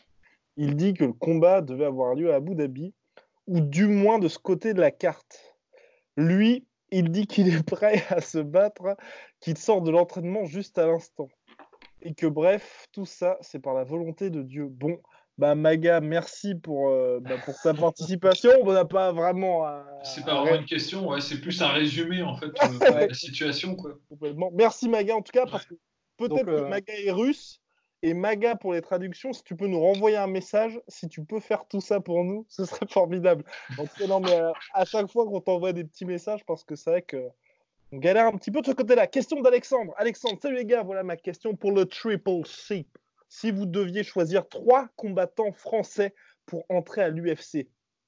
Il dit que le combat devait avoir lieu à Abu Dhabi, ou du moins de ce côté de la carte. Lui, il dit qu'il est prêt à se battre, qu'il sort de l'entraînement juste à l'instant. Et que bref, tout ça, c'est par la volonté de Dieu. Bon, bah Maga, merci pour, euh, bah, pour ta participation. On n'a pas vraiment... à- C'est pas à- vraiment une question, ouais, c'est plus un résumé en fait euh, de la situation, quoi. Complètement. Merci Maga en tout cas, parce que peut-être Donc, euh, que Maga est russe, et Maga pour les traductions, si tu peux nous renvoyer un message, si tu peux faire tout ça pour nous, ce serait formidable. En tout cas, non, mais euh, à chaque fois qu'on t'envoie des petits messages, parce que c'est vrai que on galère un petit peu de ce côté-là. Question d'Alexandre. Alexandre, salut les gars, voilà ma question pour le Triple C. Si vous deviez choisir trois combattants français pour entrer à l'U F C,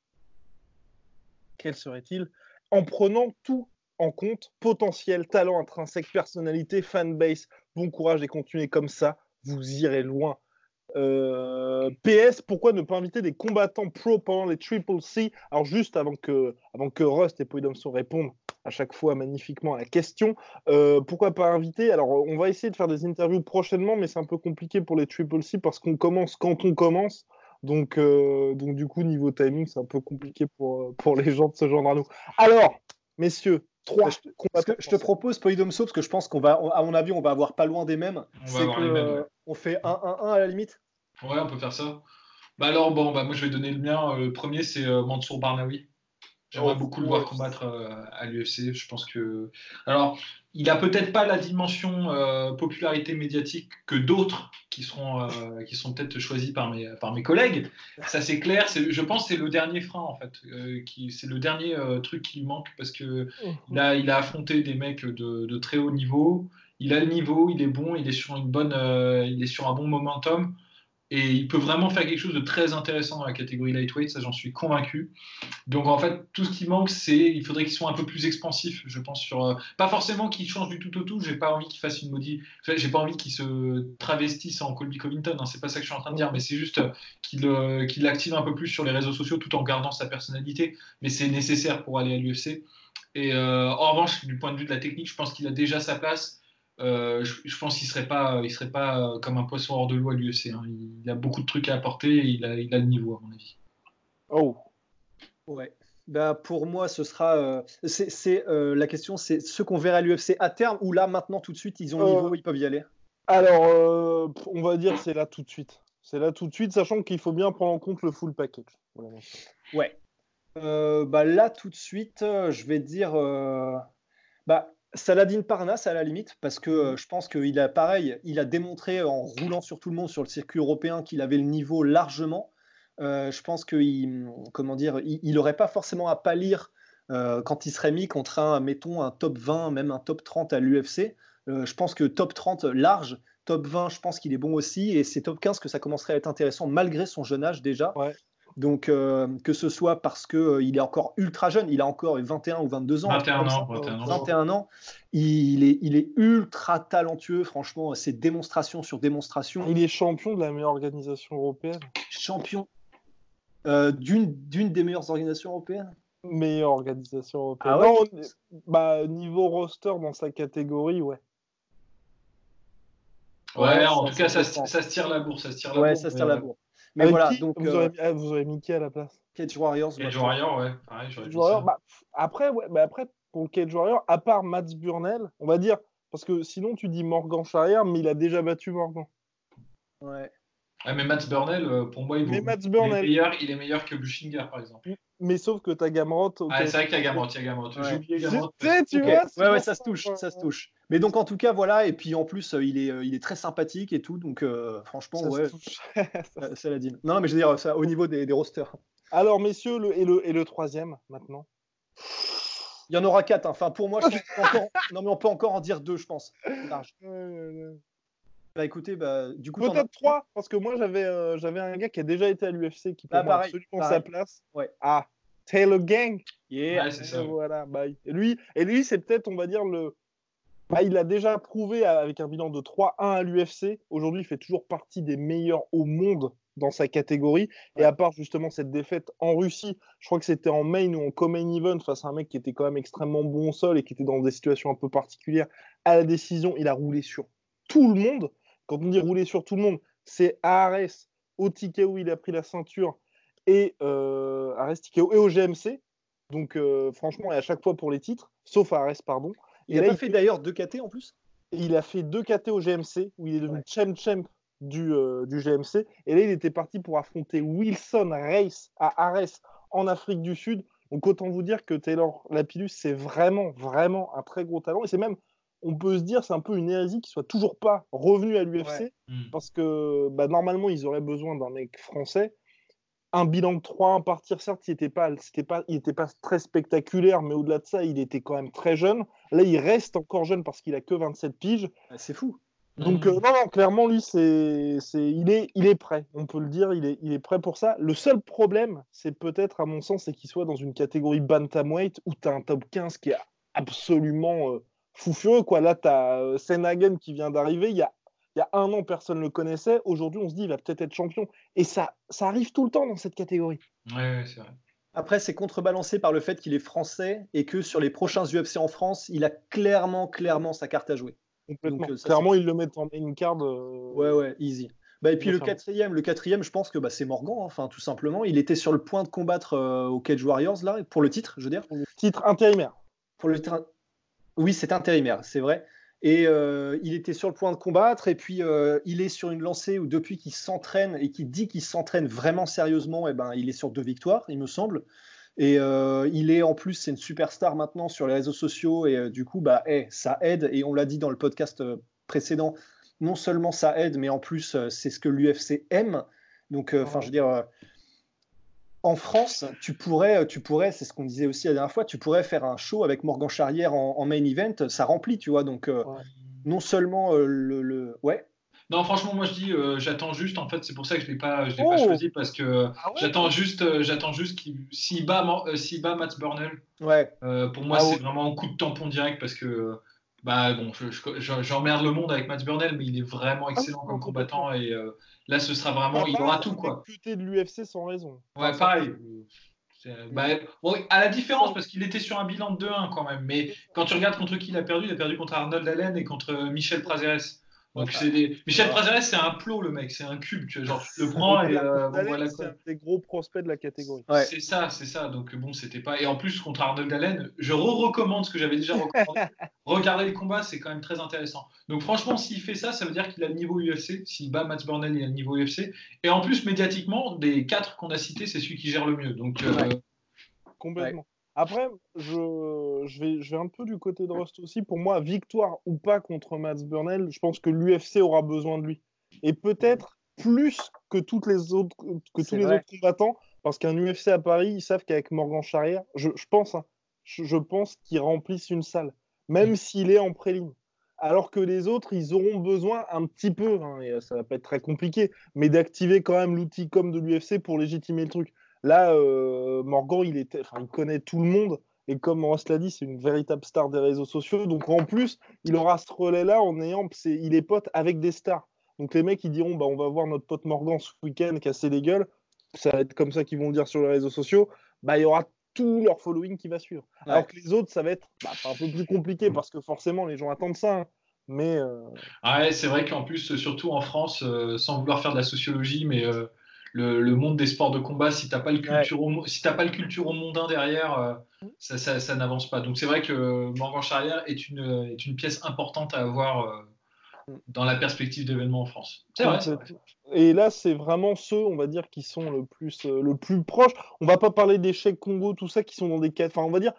quel serait-il? En prenant tout en compte, potentiel, talent intrinsèque, personnalité, fanbase, bon courage et continuez comme ça, vous irez loin. Euh, P S, pourquoi ne pas inviter des combattants pro pendant les Triple C? Alors juste avant que, avant que Rust et Poidomso répondent à chaque fois magnifiquement à la question, euh, pourquoi pas inviter? Alors on va essayer de faire des interviews prochainement, mais c'est un peu compliqué pour les Triple C parce qu'on commence quand on commence. Donc, euh, donc du coup, niveau timing, c'est un peu compliqué pour, pour les gens de ce genre à nous. Alors, messieurs, trois Je, parce combattants que je te propose Polydomso, parce que je pense qu'on va, à mon avis, on va avoir pas loin des mêmes. On va C'est avoir que, les mêmes, euh, ouais. on fait un un un à la limite. Ouais, on peut faire ça. Bah alors, bon, bah moi je vais donner le mien. Euh, Le premier, c'est euh, Mansour Barnaoui. J'aimerais Oh, beaucoup le ouais. voir combattre euh, à l'U F C. Je pense que. Alors, il a peut-être pas la dimension euh, popularité médiatique que d'autres qui seront, euh, qui sont peut-être choisis par mes, par mes collègues. Ça, c'est clair. C'est, je pense que c'est le dernier frein, en fait. Euh, qui, c'est le dernier euh, truc qui lui manque parce que il a, il a affronté des mecs de, de très haut niveau. Il a le niveau, il est bon, il est sur, une bonne, euh, il est sur un bon momentum. Et il peut vraiment faire quelque chose de très intéressant dans la catégorie lightweight, ça j'en suis convaincu. Donc en fait, tout ce qui manque, c'est il faudrait qu'il soit un peu plus expansif, je pense. Sur euh, pas forcément qu'il change du tout au tout. J'ai pas envie qu'il fasse une maudite. J'ai pas envie qu'il se travestisse en Colby Covington. Hein, c'est pas ça que je suis en train de dire, mais c'est juste euh, qu'il euh, qu'il l'active un peu plus sur les réseaux sociaux, tout en gardant sa personnalité. Mais c'est nécessaire pour aller à l'U F C. Et euh, en revanche, du point de vue de la technique, je pense qu'il a déjà sa place. Euh, je, je pense qu'il serait pas, il serait pas comme un poisson hors de l'eau à l'U F C. Hein. Il a beaucoup de trucs à apporter et il a, il a le niveau, à mon avis. Oh. Ouais. Bah, pour moi, ce sera. euh, c'est, c'est, euh, la question, c'est ceux qu'on verra à l'U F C à terme ou là, maintenant, tout de suite, ils ont le Euh, niveau, ils peuvent y aller. Alors, euh, on va dire c'est là tout de suite. C'est là tout de suite, sachant qu'il faut bien prendre en compte le full package. Voilà. Ouais. Euh, bah, là, tout de suite, euh, je vais dire. euh, Bah, Saladin Parnasse à la limite, parce que euh, je pense qu'il a pareil, il a démontré en roulant sur tout le monde sur le circuit européen qu'il avait le niveau largement. Euh, je pense qu'il, comment dire, il n'aurait pas forcément à pâlir euh, quand il serait mis contre un, mettons, un top vingt, même un top trente à l'U F C. Euh, je pense que top trente large, top vingt, je pense qu'il est bon aussi, et c'est top quinze que ça commencerait à être intéressant malgré son jeune âge déjà. Ouais. Donc, euh, que ce soit parce qu'il euh, est encore ultra jeune, il a encore vingt et un ou vingt-deux ans. vingt et un ans, vingt et un ans. vingt et un ans. Il est, il est ultra talentueux, franchement, c'est démonstration sur démonstration. Il est champion de la meilleure organisation européenne. Champion euh, d'une, d'une des meilleures organisations européennes. Meilleure organisation européenne. Ah ouais, non, on- bah, niveau roster dans sa catégorie, ouais. Ouais, Ouais, en ça, tout cas, ça ça, dépend. se- ça se tire la bourre, ça se tire la Ouais, bourre. ça se mais, tire la euh, bourre. Mais Avec voilà, qui donc vous, euh, aurez mis, ah, vous aurez mis qui à la place? Cage Warriors. Cage moi, Warrior, ouais, pareil, j'aurais Cage dit Warrior, ça. bah, pff, après, ouais, bah, après, pour le Cage Warrior, à part Mats Burnell, on va dire, parce que sinon tu dis Morgan Charrière, mais il a déjà battu Morgan. Ouais. Ouais, mais Mats Burnell, euh, pour moi, il, vaut- Mais Mats il est Burnell. meilleur, il est meilleur que Bushinger, par exemple. Mais sauf que t'as Gamrot. ok. Ah, c'est vrai qu'il y a Gamrot, il y a Gamrot. Ouais. J'ai oublié Tu Gamrot. sais, tu Ok. vois, c'est Ouais, ouais, pour ça se touche, ça se touche. Mais donc en tout cas, voilà, et puis en plus, euh, il est, euh, il est très sympathique et tout, donc euh, franchement, Ça se ouais, touche. ça, ça l'a dit. Non, non, mais je veux dire, ça, au niveau des, des rosters. Alors, messieurs, le, et, le, et le troisième, maintenant. Il y en aura quatre. hein. Enfin, pour moi, je pense qu'on peut encore... non, mais on peut encore en dire deux, je pense. Large. Bah écoutez, bah, du coup, t'en as- Peut-être trois, parce que moi, j'avais euh, j'avais un gars qui a déjà été à l'U F C qui, pour Ah, moi, a pareil, absolument pareil. sa place. Ouais. Ah, Taylor Gang. Yeah. Ouais, c'est ça. Et voilà, bah, et lui, et lui c'est peut-être, on va dire, le. Bah, il a déjà prouvé avec un bilan de trois un à l'U F C. Aujourd'hui, il fait toujours partie des meilleurs au monde dans sa catégorie. Ouais. Et à part justement cette défaite en Russie, je crois que c'était en main ou en co-main event face à un mec qui était quand même extrêmement bon au sol et qui était dans des situations un peu particulières. À la décision, il a roulé sur tout le monde. Quand on dit rouler sur tout le monde, c'est à Ares, au T K O, il a pris la ceinture, et euh, Ares T K O et au G M C. Donc euh, franchement, et à chaque fois pour les titres, sauf à Ares, pardon. Il Et a là, pas il fait fait- d'ailleurs deux K T en plus. il a fait deux K T au G M C, où il est devenu Ouais. champ champ du, euh, du G M C. Et là, il était parti pour affronter Wilson Reis à Ares en Afrique du Sud. Donc autant vous dire que Taylor Lapillus, c'est vraiment, vraiment un très gros talent. Et c'est même, on peut se dire, c'est un peu une hérésie qu'il soit toujours pas revenu à l'U F C. Ouais. Hmm. Parce que bah, normalement, ils auraient besoin d'un mec français. Un bilan de trois un partir, certes, il n'était pas, c'était pas, il était pas très spectaculaire, mais au-delà de ça, il était quand même très jeune. Là, il reste encore jeune parce qu'il a que vingt-sept piges. Ouais, C'est fou. Donc, Mhm. euh, non, non, clairement, lui, c'est, c'est, il, est, il est prêt. On peut le dire, il est, il est prêt pour ça. Le seul problème, c'est peut-être, à mon sens, c'est qu'il soit dans une catégorie bantamweight où tu as un top quinze qui est absolument euh, fou furieux, quoi. Là, tu as Senhagen qui vient d'arriver. Il y a, il y a un an, personne ne le connaissait. Aujourd'hui, on se dit, il va peut-être être champion. Et ça, ça arrive tout le temps dans cette catégorie. Ouais, ouais, c'est vrai. Après, c'est contrebalancé par le fait qu'il est français et que sur les prochains U F C en France, il a clairement, clairement sa carte à jouer. Complètement. Donc, euh, ça, Clairement, ils le mettent en main card. euh, Ouais, ouais, easy. Bah, et puis Bien le sûr. quatrième, le quatrième, je pense que bah, c'est Morgan, hein, enfin tout simplement. Il était sur le point de combattre euh, au Cage Warriors là, pour le titre, je veux dire. pour le titre intérimaire. Pour le titre. Oui, c'est intérimaire, c'est vrai. Et euh, il était sur le point de combattre, et puis euh, il est sur une lancée où depuis qu'il s'entraîne et qu'il dit qu'il s'entraîne vraiment sérieusement, et ben il est sur deux victoires, il me semble. Et euh, il est en plus, c'est une superstar maintenant sur les réseaux sociaux, et euh, du coup, bah, hey, ça aide. Et on l'a dit dans le podcast euh, précédent, non seulement ça aide, mais en plus, euh, c'est ce que l'U F C aime. Donc, enfin, euh, je veux dire, euh, en France, tu pourrais, tu pourrais, c'est ce qu'on disait aussi la dernière fois, tu pourrais faire un show avec Morgan Charrière en, en main event, ça remplit, tu vois. Donc, euh, ouais. non seulement euh, le, le, ouais. Non, franchement, moi je dis, euh, j'attends juste. En fait, c'est pour ça que je l'ai pas, je l'ai oh. pas choisi parce que ah ouais, j'attends ouais. juste, euh, j'attends juste qu'il, s'il bat, euh, s'il bat Mats Burnell. Ouais. Euh, pour moi, ah c'est ouais. vraiment un coup de tampon direct parce que, bah bon, je, je, je, j'emmerde le monde avec Mats Burnell, mais il est vraiment excellent ah, comme combattant et euh, là, ce sera vraiment, bah, il aura tout quoi. Il de l'U F C sans raison. Ouais, pareil. Bah, bon, à la différence, parce qu'il était sur un bilan de deux un quand même, mais quand tu regardes contre qui il a perdu, il a perdu contre Arnold Allen et contre Michel Prazeres. Donc ouais, c'est des... Michel ouais. Prazeres, c'est un plot, le mec, c'est un cube, tu vois, genre tu le prends et euh, bon, voilà quoi. C'est un des gros prospects de la catégorie. Ouais. C'est ça, c'est ça. Donc bon, c'était pas. Et en plus contre Arnold Allen, je re-recommande ce que j'avais déjà recommandé. Regardez les combats, c'est quand même très intéressant. Donc franchement, s'il fait ça, ça veut dire qu'il a le niveau U F C. S'il bat Mats Burnell, il a le niveau U F C. Et en plus, médiatiquement, des quatre qu'on a cités, c'est celui qui gère le mieux. Donc euh, complètement. Après, je, je, vais, je vais un peu du côté de Rust aussi. Pour moi, victoire ou pas contre Mats Burnell, je pense que l'U F C aura besoin de lui. Et peut-être plus que, toutes les autres, que tous les vrai. autres combattants, parce qu'un U F C à Paris, ils savent qu'avec Morgan Charrière, je, je pense, hein, je, je pense qu'ils remplissent une salle, même s'il est en préligne. Alors que les autres, ils auront besoin un petit peu, hein, et ça va pas être très compliqué, mais d'activer quand même l'outil com de l'U F C pour légitimer le truc. Là, euh, Morgan, il, était, il connaît tout le monde. Et comme Ross l'a dit, c'est une véritable star des réseaux sociaux. Donc en plus, il aura ce relais-là en ayant. C'est, il est pote avec des stars. Donc les mecs, ils diront bah, on va voir notre pote Morgan ce week-end casser les gueules. Ça va être comme ça qu'ils vont le dire sur les réseaux sociaux. Bah, il y aura tout leur following qui va suivre. Ouais. Alors que les autres, ça va être bah, un peu plus compliqué parce que forcément, les gens attendent ça. Hein. Mais. Euh... Ah ouais, c'est vrai qu'en plus, surtout en France, euh, sans vouloir faire de la sociologie, mais. Euh... Le, le monde des sports de combat, si t'as pas le culture, ouais. si t'as pas le culture mondain derrière, euh, ça, ça, ça n'avance pas. Donc c'est vrai que Morgan Charrière est une, est une pièce importante à avoir euh, dans la perspective d'événements en France. C'est vrai, c'est vrai. Et là, c'est vraiment ceux, on va dire, qui sont le plus, euh, le plus proches. On va pas parler des Cheikh Congo, tout ça, qui sont dans des cas. Enfin, on va dire.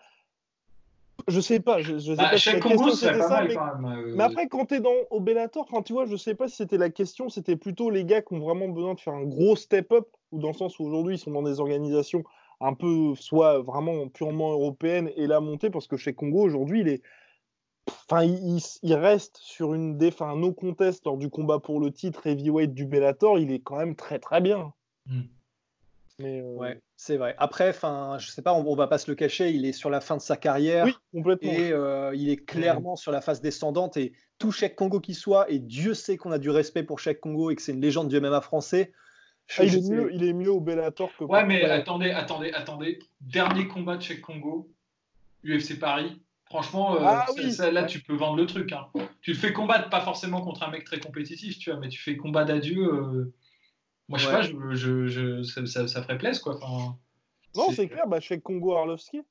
Je sais pas, je, je sais bah, pas si la Congo, question c'était pas ça, mal, mais, quand même, euh... mais après quand t'es dans au Bellator, enfin tu vois, je sais pas si c'était la question, c'était plutôt les gars qui ont vraiment besoin de faire un gros step-up, ou dans le sens où aujourd'hui ils sont dans des organisations un peu soit vraiment purement européennes et la montée, parce que chez Congo aujourd'hui il est, enfin il, il reste sur une déf, un no contest lors du combat pour le titre heavyweight du Bellator, il est quand même très très bien. Mm. Mais euh... Ouais, c'est vrai. Après, enfin, je sais pas, on, on va pas se le cacher, il est sur la fin de sa carrière. Oui, complètement. Et euh, il est clairement ouais. sur la phase descendante. Et tout Cheikh Congo qui soit, et Dieu sait qu'on a du respect pour Cheikh Congo et que c'est une légende du M M A français. Je, ah, il, est mieux, il est mieux au Bellator que. Ouais, mais ouais. attendez, attendez, attendez. Dernier combat de Cheikh Congo, U F C Paris. Franchement, euh, ah, ça, oui. ça, là, ouais. tu peux vendre le truc. Hein. Tu le fais combattre, pas forcément contre un mec très compétitif, tu vois, mais tu fais combat d'adieu. Euh... Moi, je sais ouais. pas, je, je, je, ça, ça, ça ferait plaisir, quoi. Enfin, non, c'est, c'est clair, bah, chez Congo Arlovski.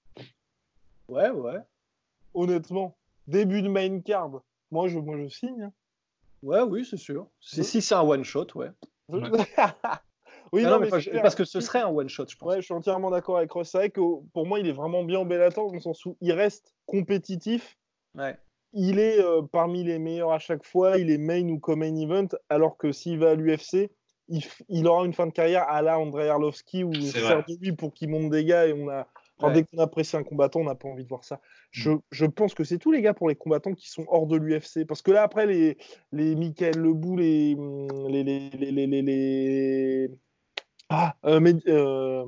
Ouais, ouais. Honnêtement, début de main card, moi, je, moi, je signe. Hein. Ouais, oui, c'est sûr. C'est, si c'est un one-shot, ouais. ouais. oui, non, non, mais, mais c'est parce que ce serait un one-shot, je pense. Ouais, je suis entièrement d'accord avec Ross. C'est vrai que pour moi, il est vraiment bien au Bellator, dans le sens où il reste compétitif. Ouais. Il est euh, parmi les meilleurs à chaque fois. Il est main ou co-main event, alors que s'il va à l'U F C, il, il aura une fin de carrière à la Andrei Arlovski où on sert de lui pour qu'il monte des gars et on a. Enfin, ouais. Dès qu'on apprécie un combattant, on n'a pas envie de voir ça. Je, je pense que c'est tous les gars pour les combattants qui sont hors de l'U F C. Parce que là, après, les, les Michael Lebou, les. les, les, les, les, les, les... Ah, euh, mais, euh...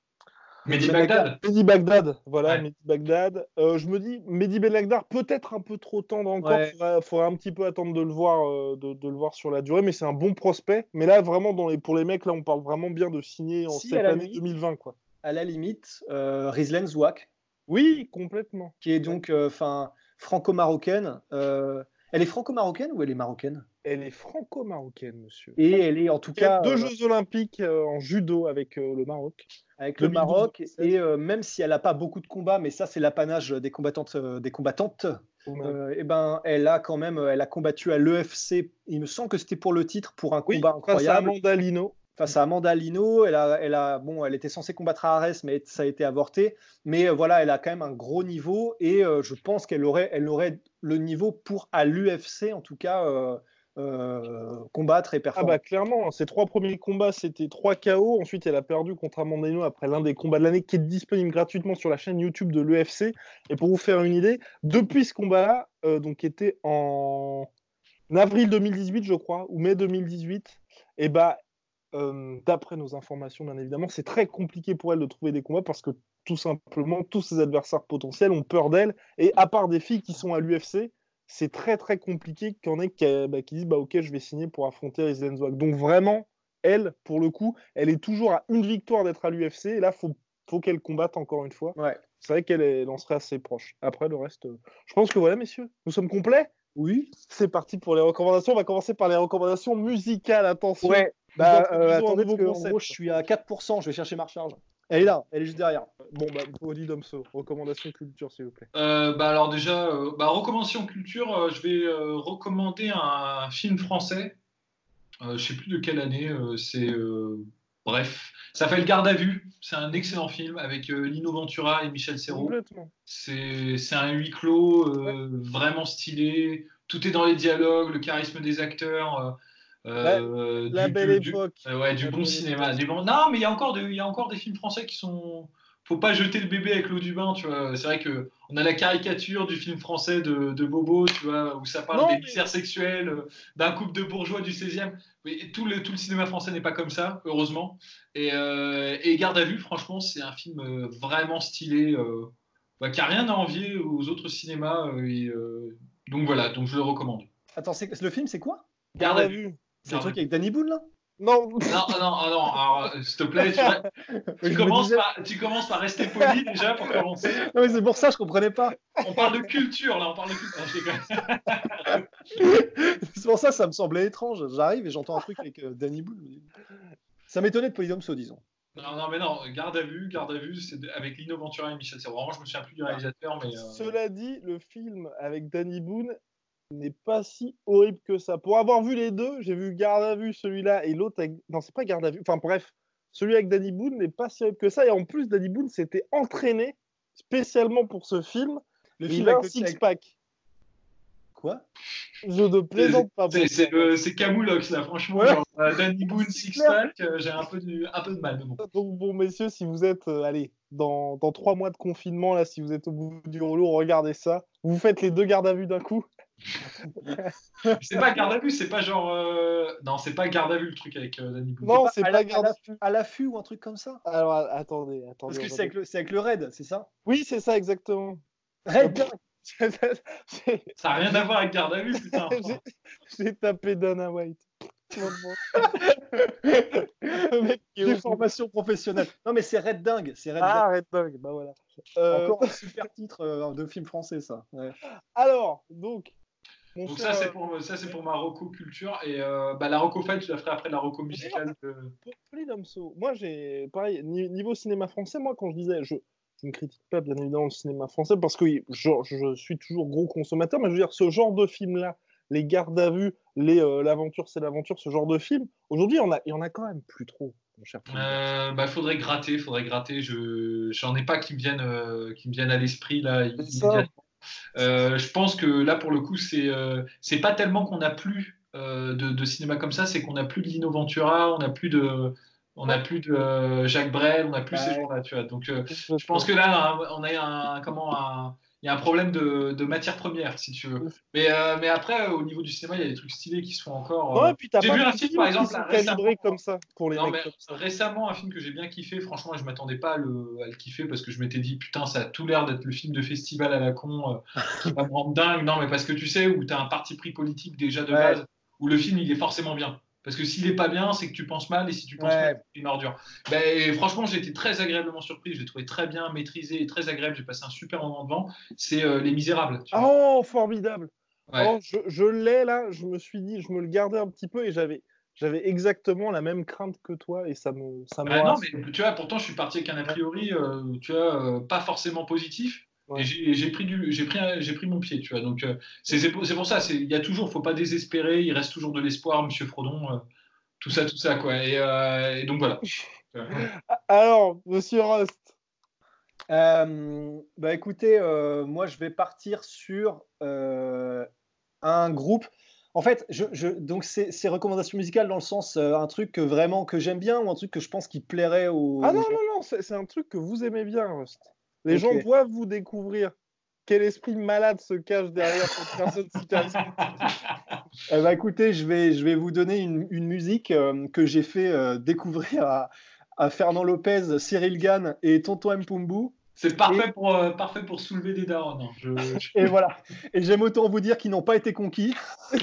Mehdi Bagdad. Mehdi Bagdad, voilà, ouais. Mehdi Bagdad. Euh, je me dis, Mehdi Bagdad, peut-être un peu trop tendre encore. Il ouais. faudrait, faudrait un petit peu attendre de le voir, euh, de, de le voir sur la durée, mais c'est un bon prospect. Mais là, vraiment, dans les, pour les mecs, là, on parle vraiment bien de signer en si, cette année limite, deux mille vingt, quoi. À la limite, euh, Rizlen Zouak. Oui, complètement. Qui est donc, enfin, euh, franco-marocaine. Euh, elle est franco-marocaine ou elle est marocaine ? Elle est franco-marocaine, monsieur. Et elle est en tout cas deux euh, Jeux Olympiques euh, en judo avec euh, le Maroc. Avec le Maroc, et euh, même si elle n'a pas beaucoup de combats, mais ça c'est l'apanage des combattantes, euh, des combattantes. Euh, et ben elle a quand même, elle a combattu à l'E F C. Il me semble que c'était pour le titre, pour un oui, combat incroyable. Face à Amanda Lino. Face à Amanda Lino, elle a, elle a, bon, elle était censée combattre à Arès, mais ça a été avorté. Mais euh, voilà, elle a quand même un gros niveau, et euh, je pense qu'elle aurait, elle aurait le niveau pour à l'U F C en tout cas. Euh, Euh, combattre et performer. Ah bah clairement, ses trois premiers combats c'était trois K O, ensuite elle a perdu contre Amanda Lino après l'un des combats de l'année qui est disponible gratuitement sur la chaîne YouTube de l'U F C. Et pour vous faire une idée, depuis ce combat-là, euh, donc qui était en avril deux mille dix-huit je crois, ou mai deux mille dix-huit, et bah euh, d'après nos informations bien évidemment, c'est très compliqué pour elle de trouver des combats parce que tout simplement tous ses adversaires potentiels ont peur d'elle, et à part des filles qui sont à l'U F C, c'est très très compliqué qu'il y en ait qui, bah, qui disent bah ok je vais signer pour affronter Rizlen Zouak. Donc vraiment elle pour le coup elle est toujours à une victoire d'être à l'U F C et là faut faut qu'elle combatte encore une fois. Ouais. C'est vrai qu'elle est, en serait assez proche. Après le reste, euh... je pense que voilà messieurs, nous sommes complets. Oui. C'est parti pour les recommandations. On va commencer par les recommandations musicales. Attention. Ouais. Bah euh, attendez parce que en gros je suis à quatre pour cent. Je vais chercher ma recharge. Elle est là, elle est juste derrière. Bon, bah, Oli Domso, recommandation culture, s'il vous plaît. Euh, bah, alors, déjà, euh, bah, recommandation culture, euh, je vais euh, recommander un film français. Euh, je ne sais plus de quelle année. Euh, c'est, euh, Bref, ça fait Le Garde à vue. C'est un excellent film avec euh, Lino Ventura et Michel Serrault. Complètement. C'est, c'est un huis clos euh, vraiment stylé. Tout est dans les dialogues, le charisme des acteurs. Euh, la du, belle du, époque. Du, euh, ouais, du la bon cinéma. Du bon... Non, mais il y a encore de, il y a encore des films français qui sont. Faut pas jeter le bébé avec l'eau du bain, tu vois. C'est vrai que on a la caricature du film français de, de Bobo, tu vois, où ça parle non, des mais... misères sexuelles, d'un couple de bourgeois du seizième. Mais tout le, tout le cinéma français n'est pas comme ça, heureusement. Et, euh, et Garde à vue, franchement, c'est un film vraiment stylé, euh, bah, qui n'a rien à envier aux autres cinémas. Euh, et, euh, donc voilà, donc je le recommande. Attends, c'est, le film, c'est quoi? Garde à vue. C'est le truc avec Danny Boone, là? Non, non, non, non, alors, s'il te plaît, tu, tu, commences disais... par, tu commences par rester poli déjà pour commencer. Non, mais c'est pour ça, je comprenais pas. On parle de culture, là, on parle de culture. C'est pour ça, ça me semblait étrange. J'arrive et j'entends un truc avec euh, Danny Boone. Ça m'étonnait de Polydomso, disons. Non, non, mais non, Garde à vue, Garde à vue, c'est avec Lino Ventura et Michel Serrault. Vraiment, je me souviens plus du réalisateur, mais. Euh... Cela dit, le film avec Danny Boone n'est pas si horrible que ça. Pour avoir vu les deux, j'ai vu Garde à vue, celui-là, et l'autre avec... Non, c'est pas Garde à vue. Enfin, bref, celui avec Danny Boone n'est pas si horrible que ça. Et en plus, Danny Boone s'était entraîné spécialement pour ce film. Le film il a un six-pack. Quoi? Je ne plaisante pas. C'est, c'est, euh, c'est Camoulox, là, franchement. Ouais. Genre, euh, Danny Boone, six-pack, euh, j'ai un peu, de, un peu de mal. Mais bon. Donc, bon, messieurs, si vous êtes, euh, allez, dans, dans trois mois de confinement, là, si vous êtes au bout du rouleau, regardez ça. Vous faites les deux gardes à vue d'un coup. C'est pas Garde à vue, c'est pas genre. Euh... Non, c'est pas Garde à vue le truc avec euh, Danny Boone. Non, c'est pas, c'est pas à Garde à l'affût, à l'affût ou un truc comme ça. Alors, attendez, attendez. Parce que c'est avec, le, c'est avec le raid, c'est ça? Oui, c'est ça, exactement. Raid. Ça n'a rien à voir avec Garde à vue, putain. j'ai, j'ai tapé Dana White. Des formations professionnelles. Non, mais c'est Red Dingue. C'est Red ah, Red Dingue, bah voilà. Euh... Encore un super titre euh, de film français, ça. Ouais. Alors, donc. Mon donc, cher... ça, c'est pour, ça, c'est pour ma Rocco culture. Et euh, bah, la Rocco Fight, je la ferai après la Rocco musicale. De... Pour Polydomso, moi, j'ai. Pareil, niveau cinéma français, moi, quand je disais. Je... Je ne critique pas bien évidemment le cinéma français parce que je, je suis toujours gros consommateur, mais je veux dire, ce genre de film-là, les gardes à vue, les, euh, l'aventure, c'est l'aventure, ce genre de film, aujourd'hui, il y en a quand même plus trop, mon cher. Il euh, bah, faudrait gratter, faudrait gratter. Je j'en ai pas qui me viennent, euh, qui me viennent à l'esprit là. Euh, je pense que là, pour le coup, c'est euh, c'est pas tellement qu'on n'a plus euh, de, de cinéma comme ça, c'est qu'on n'a plus de Lino Ventura, on n'a plus de On n'a plus de euh, Jacques Brel, on n'a plus ouais. ces gens-là, tu vois. Donc, euh, je pense que là, on a un, comment, un, il y a un problème de, de matière première, si tu veux. Mais, euh, mais après, au niveau du cinéma, il y a des trucs stylés qui se font encore. Ouais, puis t'as j'ai pas vu un film, par exemple, là, récemment, comme ça pour les non, mecs mais comme ça. Récemment, un film que j'ai bien kiffé. Franchement, je m'attendais pas à le, à le kiffer parce que je m'étais dit, putain, ça a tout l'air d'être le film de festival à la con, euh, qui va me rendre dingue. Non, mais parce que tu sais, où t'as un parti pris politique déjà de ouais. base, où le film, il est forcément bien. Parce que s'il n'est pas bien, c'est que tu penses mal, et si tu penses ouais. mal, c'est une ordure. Ben, franchement, j'ai été très agréablement surpris, je l'ai trouvé très bien maîtrisé et très agréable, j'ai passé un super moment devant. C'est euh, Les Misérables. Tu vois. Oh, formidable ouais. oh, je, je l'ai là, je me suis dit, je me le gardais un petit peu et j'avais, j'avais exactement la même crainte que toi et ça me... Ça me ben non, mais tu vois, pourtant, je suis parti avec un a priori, euh, tu vois, euh, pas forcément positif. Ouais. Et j'ai, j'ai, pris du, j'ai, pris, j'ai pris mon pied, tu vois. Donc, euh, c'est, c'est, pour, c'est pour ça, il y a toujours, faut pas désespérer, il reste toujours de l'espoir, monsieur Frodon, euh, tout ça, tout ça, quoi. Et, euh, et donc, voilà. Alors, monsieur Rust euh, bah écoutez, euh, moi, je vais partir sur euh, un groupe. En fait, je, je, donc c'est, c'est recommandations musicales dans le sens, euh, un truc que vraiment que j'aime bien ou un truc que je pense qui plairait aux. Ah non, non, non, c'est, c'est un truc que vous aimez bien, Rust. Les okay. gens doivent vous découvrir quel esprit malade se cache derrière cette personne si charismatique. Eh ben, écoutez, je vais, je vais vous donner une, une musique euh, que j'ai fait euh, découvrir à, à Fernand Lopez, Cyril Gann et Tonton Mpumbu. C'est parfait, et... pour, euh, parfait pour soulever des darons. Hein. Je... Et voilà. Et j'aime autant vous dire qu'ils n'ont pas été conquis.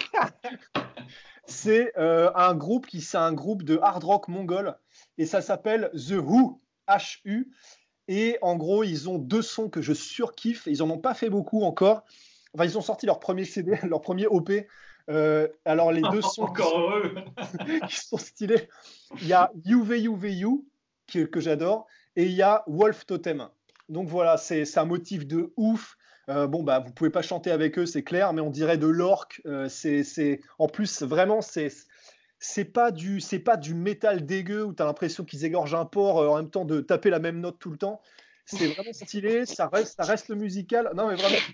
C'est euh, un groupe qui c'est un groupe de hard rock mongol et ça s'appelle The Who, H U. Et en gros, ils ont deux sons que je surkiffe. Ils n'en ont pas fait beaucoup encore. Enfin, ils ont sorti leur premier C D, leur premier O P. Euh, alors, les deux sons encore heureux qui sont stylés. Il y a U V U V U, qui, que j'adore, et il y a Wolf Totem. Donc voilà, c'est, c'est un motif de ouf. Euh, bon, bah, vous ne pouvez pas chanter avec eux, c'est clair, mais on dirait de l'orque. Euh, c'est, c'est... En plus, vraiment, c'est... c'est pas du, c'est pas du métal dégueu où t'as l'impression qu'ils égorgent un porc euh, en même temps de taper la même note tout le temps. C'est vraiment stylé, ça reste, ça reste le musical. Non mais vraiment,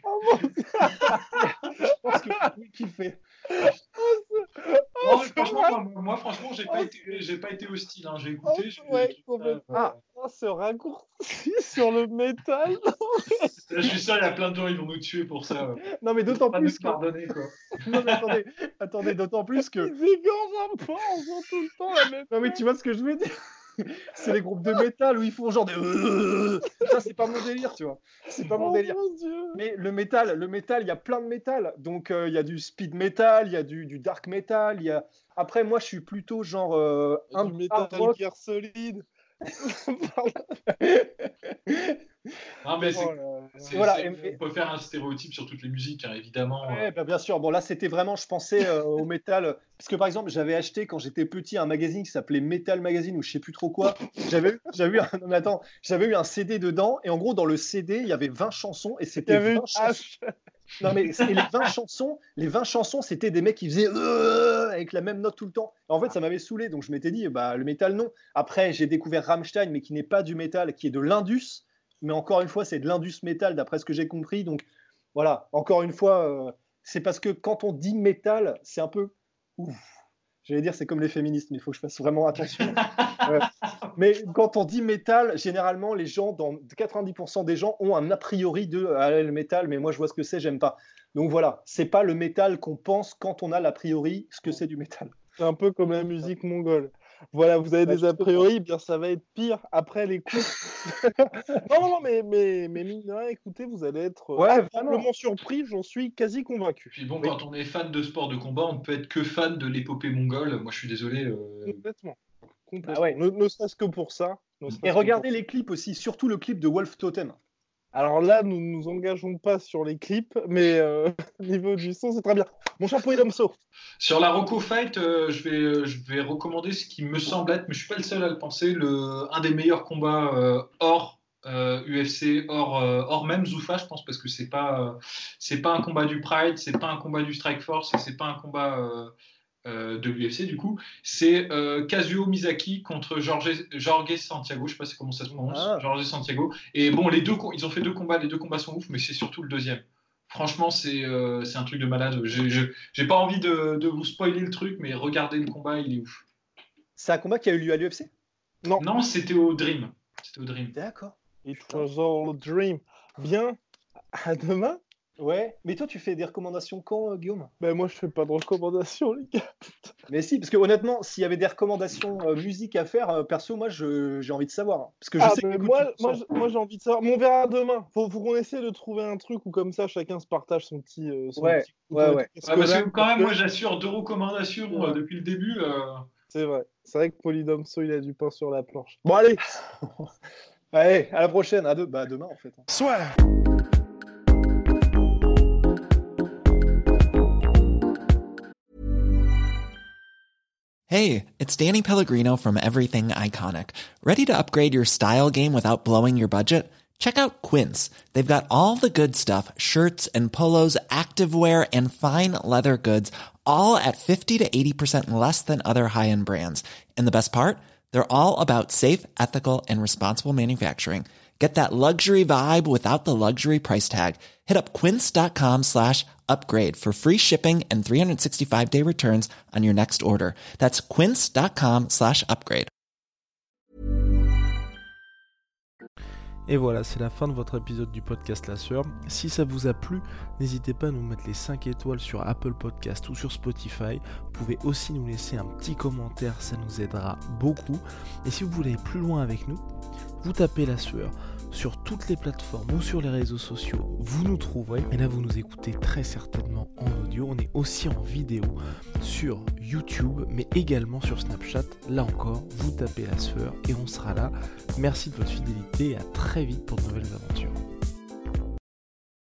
je pense que oui, kiffer. Non, franchement, moi, moi, franchement, j'ai pas été, j'ai pas été hostile. Hein. J'ai écouté. Oh, je- ouais, je- complètement. Ah. Oh, ce raccourci sur le métal. je suis sûr, il y a plein de gens qui vont nous tuer pour ça. Non mais d'autant Pas nous plus que, pardonner, quoi. non mais attendez, attendez, d'autant plus que, Ils égorgent un porc en faisant tout le temps la même. non mais tu vois ce que je veux dire. C'est les groupes de métal où ils font genre des. Ça c'est pas mon délire, tu vois. C'est pas mon Oh délire. mon Dieu. Mais le métal, le métal, il y a plein de métal. Donc euh, il y a du speed metal, il y a du, du dark metal, il y a. Après moi je suis plutôt genre euh, Un un du métal hard rock. Gear solide. Ah, mais c'est, Oh là là. c'est- Voilà, c'est- et- on peut faire un stéréotype sur toutes les musiques, hein, évidemment. Ouais, bah, bien sûr. Bon là c'était vraiment, je pensais euh, au métal parce que par exemple j'avais acheté quand j'étais petit un magazine qui s'appelait Metal Magazine ou je sais plus trop quoi. J'avais, eu- j'avais eu un, non, mais attends, j'avais eu un C D dedans et en gros dans le C D il y avait vingt chansons et Il y c'était avait vingt une chansons. hache. Non mais c'est- et les vingt chansons, les vingt chansons, c'était des mecs qui faisaient euh, avec la même note tout le temps. Et en fait, ça m'avait saoulé, donc je m'étais dit bah le métal non. Après, j'ai découvert Rammstein mais qui n'est pas du métal, qui est de l'indus, mais encore une fois, c'est de l'indus métal d'après ce que j'ai compris. Donc voilà, encore une fois, euh, c'est parce que quand on dit métal, c'est un peu ouf. J'allais dire c'est comme les féministes, mais il faut que je fasse vraiment attention. Ouais. Mais quand on dit métal, généralement, les gens, dans quatre-vingt-dix pour cent des gens, ont un a priori de ah, le métal, mais moi je vois ce que c'est, j'aime pas. Donc voilà, c'est pas le métal qu'on pense quand on a l'a priori ce que c'est du métal. C'est un peu comme la musique mongole. Voilà, vous avez Bah, des a priori, eh bien ça va être pire après l'écoute. non, non, non, mais, mais, mais mine de rien, écoutez, vous allez être Ouais, euh, vraiment. agréablement surpris, j'en suis quasi convaincu. Puis bon, Oui. quand on est fan de sport de combat, on ne peut être que fan de l'épopée mongole. Moi, je suis désolé. euh, Complètement. Complètement. Ah ouais. Ne, ne serait-ce que pour ça. ne serait-ce Et que regardez pour les clips aussi, surtout le clip de Wolf Totem. ça. Alors là, nous ne nous engageons pas sur les clips, mais euh, au niveau du son, c'est très bien. Mon chapeau est d'Omso. Sur la Rocco Fight, euh, je, vais, je vais recommander ce qui me semble être, mais je ne suis pas le seul à le penser, le, un des meilleurs combats euh, hors euh, U F C, hors, euh, hors même Zuffa, je pense, parce que c'est pas, euh, c'est pas un combat du Pride, c'est pas un combat du Strikeforce, et c'est pas un combat euh, euh, de l'U F C du coup. C'est euh, Kazuo Misaki contre Jorge, Jorge Santiago, je sais pas comment ça se prononce, Ah. Jorge Santiago. Et bon, les deux, co- ils ont fait deux combats, les deux combats sont ouf, mais c'est surtout le deuxième. Franchement, c'est euh, c'est un truc de malade. J'ai je- j'ai pas envie de, de vous spoiler le truc, mais regardez le combat, il est ouf. C'est un combat qui a eu lieu à l'U F C? Non, Non, c'était au Dream. C'était au Dream. D'accord. it was all a dream. Bien, à demain. Ouais, mais toi tu fais des recommandations quand, euh, Guillaume? Ben moi, je fais pas de recommandations, les gars. Mais si, parce que honnêtement, s'il y avait des recommandations euh, musique à faire, euh, perso, moi je- j'ai envie de savoir. hein. Parce que je Ah, sais ben que moi, moi, j- moi, j'ai envie de savoir. Mais on verra demain. Faut, faut qu'on essaie de trouver un truc où, comme ça, chacun se partage son petit. euh, son Ouais, petit ouais, couteau et ouais. tout. Ouais, parce là, que quand même, parce moi que- j'assure deux recommandations Ouais. euh, depuis le début. euh. C'est vrai. C'est vrai que Polydomso, il a du pain sur la planche. Bon, allez. Allez, à la prochaine, à deux, bah à demain en fait. Soit. Hey, it's Danny Pellegrino from Everything Iconic. Ready to upgrade your style game without blowing your budget? Check out Quince. They've got all the good stuff, shirts and polos, activewear, and fine leather goods, all at fifty to eighty percent less than other high-end brands. And the best part? They're all about safe, ethical, and responsible manufacturing. Get that luxury vibe without the luxury price tag. Hit up quince.com slash upgrade for free shipping and three sixty-five day returns on your next order. That's quince.com slash upgrade. Et voilà, c'est la fin de votre épisode du podcast La Sueur. Si ça vous a plu, n'hésitez pas à nous mettre les cinq étoiles sur Apple Podcast ou sur Spotify. Vous pouvez aussi nous laisser un petit commentaire, ça nous aidera beaucoup. Et si vous voulez aller plus loin avec nous, vous tapez La Sueur sur toutes les plateformes ou sur les réseaux sociaux, vous nous trouverez. Et là, vous nous écoutez très certainement en audio. On est aussi en vidéo sur YouTube, mais également sur Snapchat. Là encore, vous tapez La Sueur et on sera là. Merci de votre fidélité et à très vite pour de nouvelles aventures.